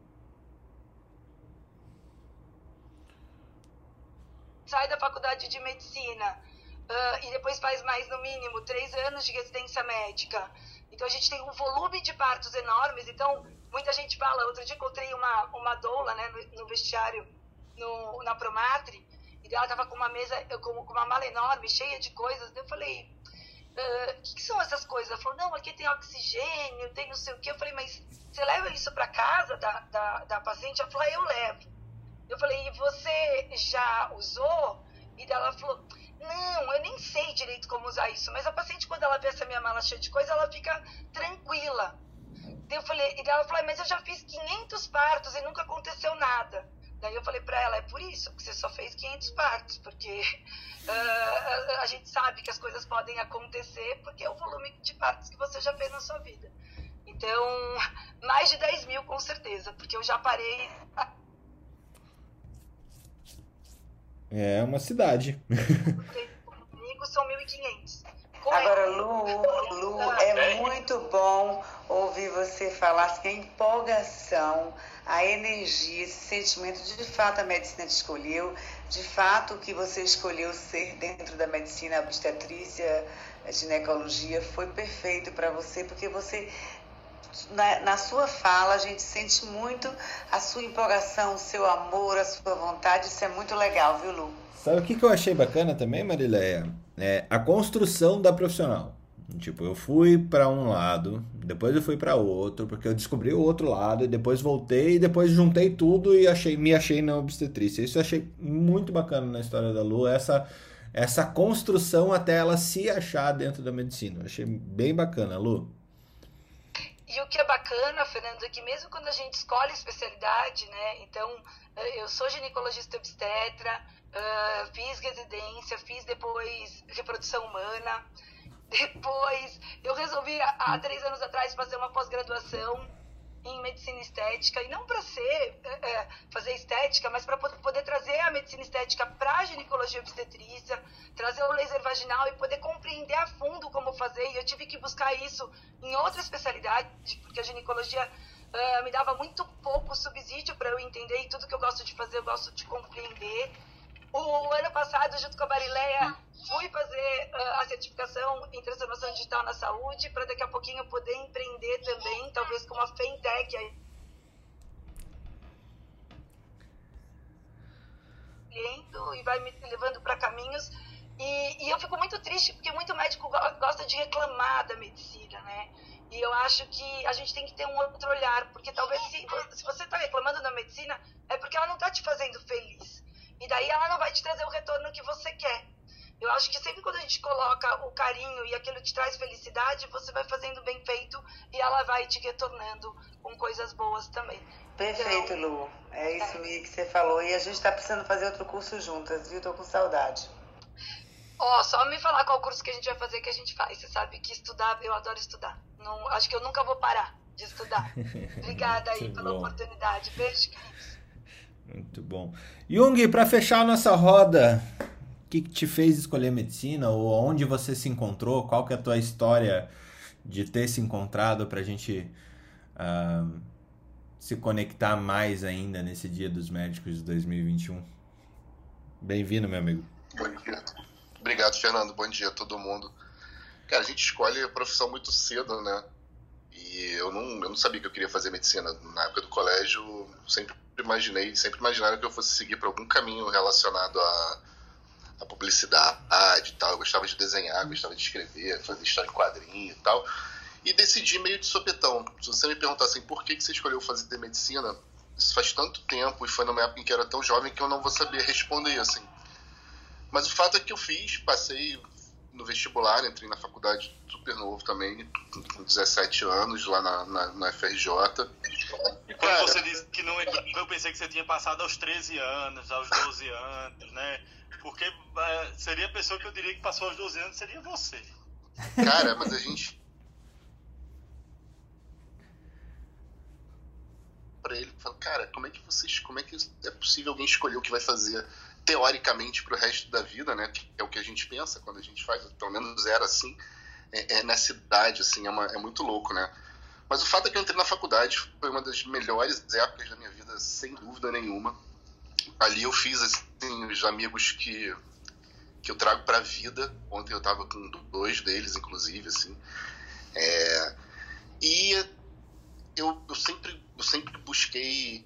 sai da faculdade de medicina uh, e depois faz mais, no mínimo, três anos de residência médica. Então, a gente tem um volume de partos enormes. Então, muita gente fala... Outro dia encontrei uma, uma doula, né, no, no vestiário, no, na Promatre, e ela estava com uma mesa, com, com uma mala enorme, cheia de coisas. Eu falei, o uh, que, que são essas coisas? Ela falou, não, aqui tem oxigênio, tem não sei o quê. Eu falei, mas você leva isso para casa da, da, da paciente? Ela falou, ah, eu levo. Eu falei, e você já usou? E ela falou, não, eu nem sei direito como usar isso, mas a paciente, quando ela vê essa minha mala cheia de coisa, ela fica tranquila. Daí eu falei, e ela falou, mas eu já fiz quinhentos partos e nunca aconteceu nada. Daí eu falei pra ela, é por isso que você só fez quinhentos partos, porque uh, a gente sabe que as coisas podem acontecer, porque é o volume de partos que você já fez na sua vida. Então, mais de dez mil com certeza, porque eu já parei... É uma cidade. Comigo são mil e quinhentos. Agora, Lu, Lu, é muito bom ouvir você falar assim, a empolgação, a energia, esse sentimento de fato a medicina te escolheu, de fato o que você escolheu ser dentro da medicina, obstetrícia, ginecologia, foi perfeito para você, porque você na, na sua fala, a gente sente muito a sua empolgação, o seu amor, a sua vontade. Isso é muito legal, viu, Lu? Sabe o que que eu achei bacana também, Marileia? É a construção da profissional. Tipo, eu fui para um lado, depois eu fui para outro, porque eu descobri o outro lado, e depois voltei, e depois juntei tudo e achei, me achei na obstetrícia. Isso eu achei muito bacana na história da Lu, essa, essa construção até ela se achar dentro da medicina. Eu achei bem bacana, Lu. E o que é bacana, Fernando, é que mesmo quando a gente escolhe especialidade, né, então eu sou ginecologista obstetra, uh, fiz residência, fiz depois reprodução humana, depois eu resolvi há três anos atrás fazer uma pós-graduação em medicina estética, e não para ser é, fazer estética, mas para poder trazer a medicina estética para a ginecologia obstetrícia, trazer o laser vaginal e poder compreender a fundo como fazer. E eu tive que buscar isso em outra especialidade, porque a ginecologia uh, me dava muito pouco subsídio para eu entender, e tudo que eu gosto de fazer eu gosto de compreender. O ano passado, junto com a Marileia, fui fazer uh, a certificação em transformação digital na saúde, para daqui a pouquinho poder empreender também, talvez com uma fintech aí. E vai me levando para caminhos. E, e eu fico muito triste, porque muito médico gosta de reclamar da medicina, né? E eu acho que a gente tem que ter um outro olhar, porque talvez se, se você está reclamando da medicina, é porque ela não está te fazendo feliz. E daí ela não vai te trazer o retorno que você quer. Eu acho que sempre quando a gente coloca o carinho e aquilo te traz felicidade, você vai fazendo bem feito e ela vai te retornando com coisas boas também. Perfeito, então, Lu. É isso é. que você falou. E a gente está precisando fazer outro curso juntas, viu? Tô com saudade. Ó, oh, só me falar qual curso que a gente vai fazer que a gente faz. Você sabe que estudar, eu adoro estudar. Não, acho que eu nunca vou parar de estudar. Obrigada aí pela bom. oportunidade. Beijo, queridos. Muito bom. Jung, para fechar a nossa roda, o que, que te fez escolher medicina? Ou onde você se encontrou? Qual que é a tua história de ter se encontrado para a gente uh, se conectar mais ainda nesse Dia dos Médicos de dois mil e vinte e um? Bem-vindo, meu amigo. Bom dia. Obrigado, Fernando. Bom dia a todo mundo. Cara, a gente escolhe a profissão muito cedo, né? E eu não, eu não sabia que eu queria fazer medicina. Na época do colégio, sempre imaginei, sempre imaginaram que eu fosse seguir por algum caminho relacionado a, a publicidade e tal. Eu gostava de desenhar, gostava de escrever, fazer história em quadrinho e tal. E decidi meio de sopetão. Se você me perguntar assim, por que, que você escolheu fazer medicina? Isso faz tanto tempo e foi numa época em que eu era tão jovem que eu não vou saber responder, assim. Mas o fato é que eu fiz, passei no vestibular, entrei na faculdade super novo também, com dezessete anos, lá na, na, na F R J. E quando Cara, você disse que não, eu pensei que você tinha passado aos treze anos, aos doze anos, né? Porque é, seria a pessoa que eu diria que passou aos doze anos, seria você. Cara, mas a gente... Pra ele, fala, cara, como é que vocês, como é que é possível alguém escolher o que vai fazer teoricamente pro resto da vida, né? Que é o que a gente pensa quando a gente faz, pelo menos era assim, é, é nessa idade, assim, é, uma, é muito louco, né? Mas o fato é que eu entrei na faculdade, foi uma das melhores épocas da minha vida, sem dúvida nenhuma. Ali eu fiz, assim, os amigos que, que eu trago pra vida. Ontem eu tava com dois deles, inclusive, assim. É, e eu, eu, sempre, eu sempre busquei...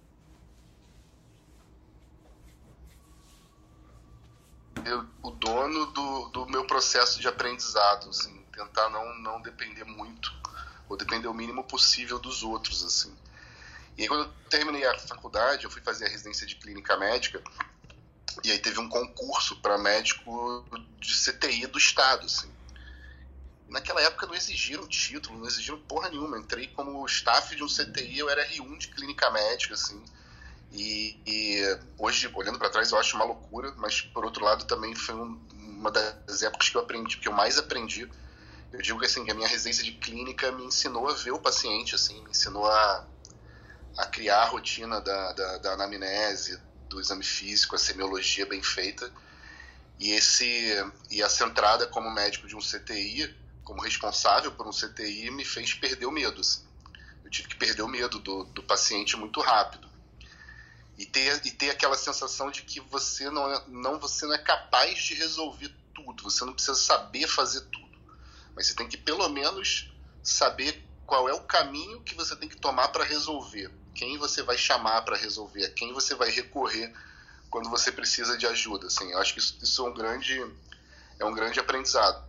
Eu, o dono do, do meu processo de aprendizado, assim, tentar não, não depender muito, ou depender o mínimo possível dos outros, assim. E aí, quando eu terminei a faculdade, eu fui fazer a residência de clínica médica, e aí teve um concurso para médico de C T I do estado, assim. Naquela época não exigiram título, não exigiram porra nenhuma. Eu entrei como staff de um C T I, eu era R um de clínica médica, assim. E, e hoje, olhando para trás, eu acho uma loucura, mas por outro lado também foi um, uma das épocas que eu aprendi, que eu mais aprendi. Eu digo que, assim, que a minha residência de clínica me ensinou a ver o paciente, assim, me ensinou a, a criar a rotina da, da, da anamnese, do exame físico, a semiologia bem feita. E, esse, e essa entrada como médico de um C T I, como responsável por um C T I, me fez perder o medo, assim. Eu tive que perder o medo do, do paciente muito rápido. E ter, e ter aquela sensação de que você não, é, não, você não é capaz de resolver tudo, você não precisa saber fazer tudo, mas você tem que pelo menos saber qual é o caminho que você tem que tomar para resolver, quem você vai chamar para resolver, a quem você vai recorrer quando você precisa de ajuda. Assim, eu acho que isso, isso é um grande, é um grande aprendizado.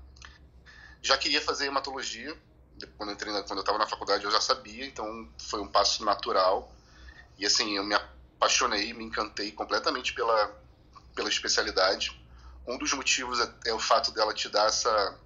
Já queria fazer hematologia, quando eu entrei na, quando eu estava na faculdade eu já sabia, então foi um passo natural. E assim, eu me apaixonei, me encantei completamente pela, pela especialidade. Um dos motivos é, é o fato dela te dar essa,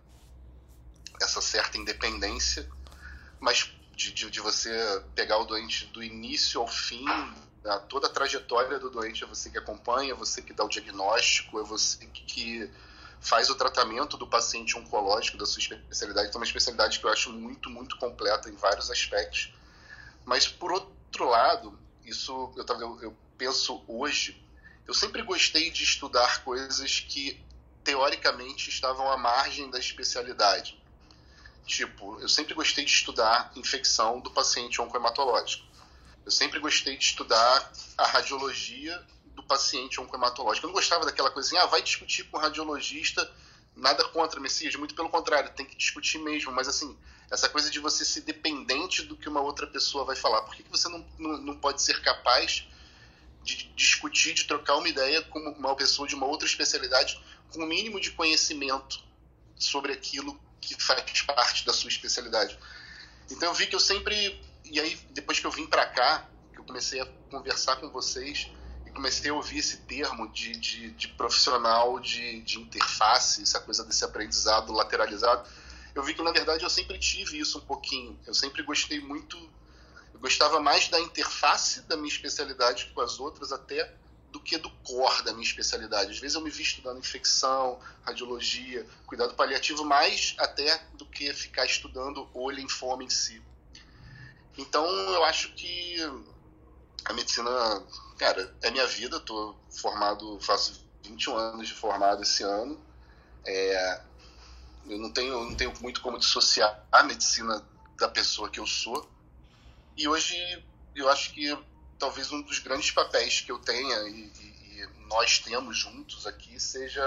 essa certa independência, mas de, de, de você pegar o doente do início ao fim, a, toda a trajetória do doente é você que acompanha, é você que dá o diagnóstico, é você que, que faz o tratamento do paciente oncológico da sua especialidade. Então é uma especialidade que eu acho muito, muito completa em vários aspectos. Mas, por outro lado, isso eu, eu, eu penso hoje, eu sempre gostei de estudar coisas que, teoricamente, estavam à margem da especialidade. Tipo, eu sempre gostei de estudar infecção do paciente oncohematológico. Eu sempre gostei de estudar a radiologia do paciente oncohematológico. Eu não gostava daquela coisa assim, ah, vai discutir com o radiologista, nada contra, Messias, muito pelo contrário, tem que discutir mesmo, mas assim, essa coisa de você ser dependente do que uma outra pessoa vai falar. Por que, que você não, não, não pode ser capaz de discutir, de trocar uma ideia com uma pessoa de uma outra especialidade com o mínimo de conhecimento sobre aquilo que faz parte da sua especialidade? Então eu vi que eu sempre... E aí, depois que eu vim para cá, que eu comecei a conversar com vocês e comecei a ouvir esse termo de, de, de profissional de, de interface, essa coisa desse aprendizado lateralizado, eu vi que, na verdade, eu sempre tive isso um pouquinho. Eu sempre gostei muito... Eu gostava mais da interface da minha especialidade com as outras até do que do core da minha especialidade. Às vezes eu me vi estudando infecção, radiologia, cuidado paliativo, mais até do que ficar estudando o linfoma em si. Então, eu acho que a medicina, cara, é minha vida. Estou formado, faço vinte e um anos de formado esse ano. É, eu não tenho, eu não tenho muito como dissociar a medicina da pessoa que eu sou. E hoje, eu acho que talvez um dos grandes papéis que eu tenha e, e, e nós temos juntos aqui seja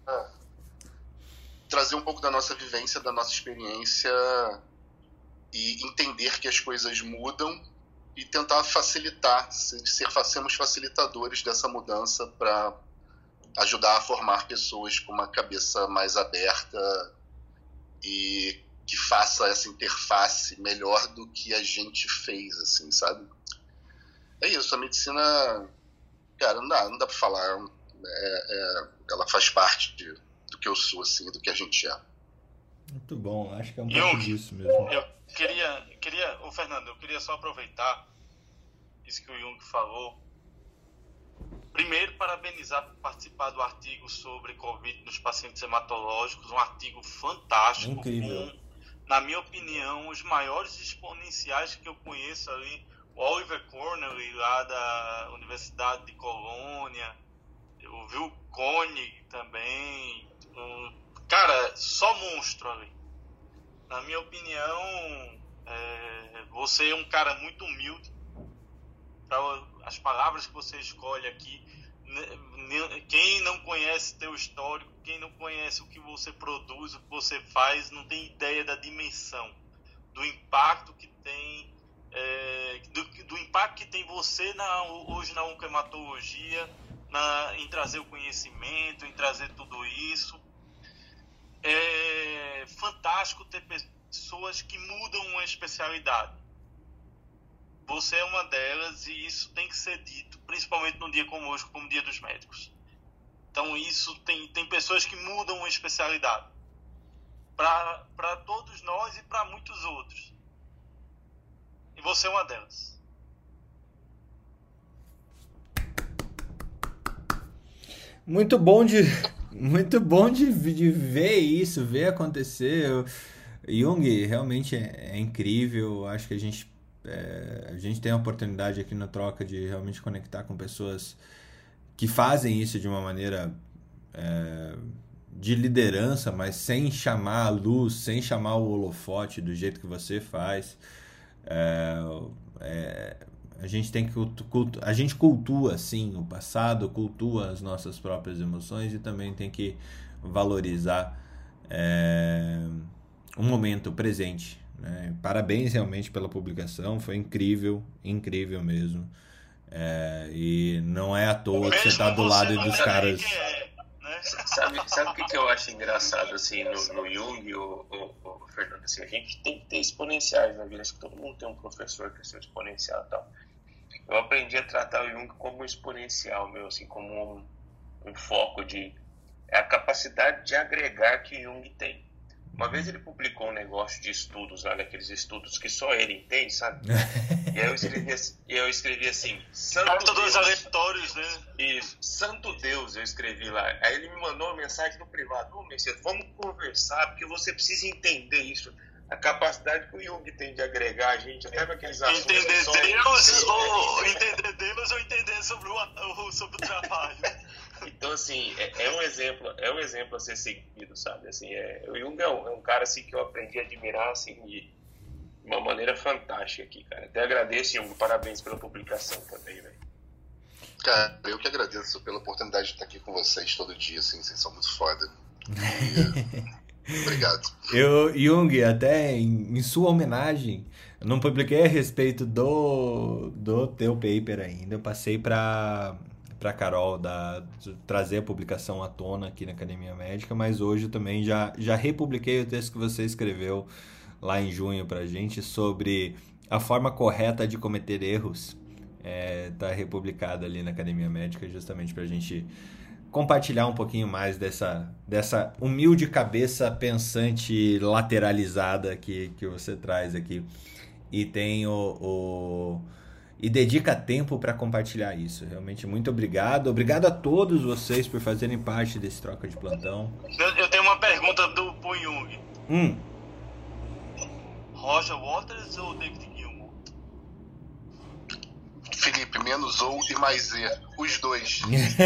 trazer um pouco da nossa vivência, da nossa experiência e entender que as coisas mudam e tentar facilitar, ser, sermos facilitadores dessa mudança para ajudar a formar pessoas com uma cabeça mais aberta e que faça essa interface melhor do que a gente fez, assim, sabe? É isso, a medicina, cara, não dá, não dá para falar, é, é, ela faz parte de, do que eu sou, assim, do que a gente é. Muito bom, acho que é um Jung, pouco disso mesmo. Eu queria, queria, ô Fernando, eu queria só aproveitar isso que o Jung falou. Primeiro, parabenizar por participar do artigo sobre Covid nos pacientes hematológicos, um artigo fantástico, incrível, com, na minha opinião, os maiores exponenciais que eu conheço ali, o Oliver Cornell, lá da Universidade de Colônia, eu vi o Koenig também, um, cara, só monstro ali. Na minha opinião, é, você é um cara muito humilde. As palavras que você escolhe aqui, quem não conhece teu histórico, quem não conhece o que você produz, o que você faz, não tem ideia da dimensão, do impacto que tem, é, do, do impacto que tem você na, hoje na oncohematologia, na, em trazer o conhecimento, em trazer tudo isso. É fantástico ter pessoas que mudam uma especialidade. Você é uma delas e isso tem que ser dito, principalmente num dia como hoje, como o Dia dos Médicos. Então isso tem, tem pessoas que mudam uma especialidade para todos nós e para muitos outros. E você é uma delas. Muito bom de, muito bom de, de ver isso, ver acontecer. Jung realmente é, é incrível. Acho que a gente É, a gente tem a oportunidade aqui na troca de realmente conectar com pessoas que fazem isso de uma maneira é, de liderança, mas sem chamar a luz, sem chamar o holofote do jeito que você faz. É, é, a gente tem que cultu- a gente cultua sim o passado, cultua as nossas próprias emoções e também tem que valorizar é, o momento presente, né? Parabéns realmente pela publicação, foi incrível, incrível mesmo. É, e não é à toa que você tá do lado dos caras... Sabe, sabe o que, que eu acho engraçado assim, no, no Jung, o, o, o Fernando? Assim, a gente tem que ter exponenciais na vida. Acho que todo mundo tem um professor que é seu exponencial e tal. Eu aprendi a tratar o Jung como um exponencial, meu, assim, como um, um foco de... É a capacidade de agregar que Jung tem. Uma vez ele publicou um negócio de estudos, lá daqueles estudos que só ele entende, sabe? E aí eu escrevi assim, eu escrevi assim Santo Deus, aleatórios, né? Isso, Santo Deus, eu escrevi lá. Aí ele me mandou uma mensagem no privado: Ô, Messias, vamos conversar, porque você precisa entender isso. A capacidade que o Jung tem de agregar a gente, até naqueles assuntos. Entender só Deus, ou entender Deus ou entender sobre o, sobre o trabalho. Então, assim, é, é um exemplo, é um exemplo a ser seguido, sabe? Assim, é, o Jung é um, é um cara assim, que eu aprendi a admirar assim, de uma maneira fantástica aqui, cara. Até agradeço, Jung, parabéns pela publicação também, velho. Cara, eu que agradeço pela oportunidade de estar aqui com vocês todo dia, assim, vocês são muito foda. E, obrigado. Eu, Jung, até em, em sua homenagem, eu não publiquei a respeito do, do teu paper ainda, eu passei para... para Carol da, trazer a publicação à tona aqui na Academia Médica, mas hoje eu também já, já republiquei o texto que você escreveu lá em junho pra gente sobre a forma correta de cometer erros. É, tá republicado ali na Academia Médica justamente pra gente compartilhar um pouquinho mais dessa, dessa humilde cabeça pensante lateralizada que, que você traz aqui. E tem o... o E dedica tempo para compartilhar isso. Realmente, muito obrigado. Obrigado a todos vocês por fazerem parte desse Troca de Plantão. Eu, eu tenho uma pergunta do pro Jung. Hum. Roger Waters ou David Gilmour? Felipe, menos ou e mais E. Os dois.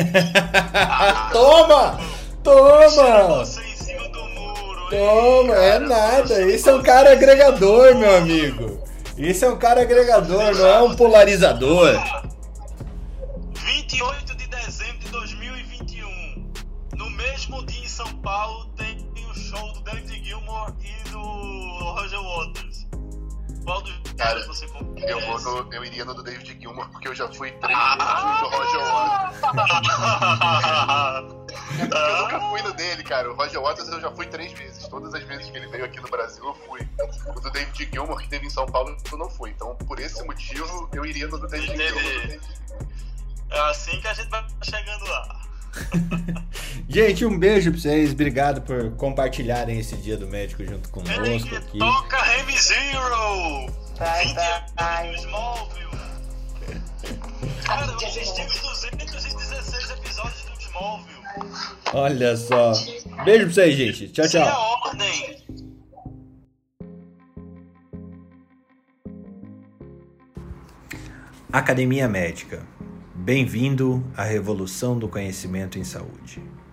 Toma! Toma! Você em cima do muro, Toma, é nada. Esse é um cara agregador, meu amigo. Isso é um cara agregador, não é um polarizador. vinte e oito de dezembro de dois mil e vinte e um. No mesmo dia em São Paulo tem o show do David Gilmour e do Roger Waters. Qual dos cara, você conhece? Eu, vou no, eu iria no do David Gilmour porque eu já fui três vezes no Roger Waters. É porque eu nunca fui no dele, cara. O Roger Waters eu já fui três vezes. Todas as vezes que ele veio aqui no Brasil eu fui. O do David Gilmour que teve em São Paulo eu não fui. Então por esse motivo eu iria no do David Gilmour. É assim que a gente vai chegando lá. Gente, um beijo pra vocês. Obrigado por compartilharem esse dia do médico junto conosco aqui. Toca Remy Zero! Bye, bye. vinte Smallville. Cara, eu assisti os duzentos e dezesseis episódios do Smallville. Olha só. Beijo pra vocês, gente. Tchau, tchau. Sem a ordem. Academia Médica. Bem-vindo à revolução do conhecimento em saúde.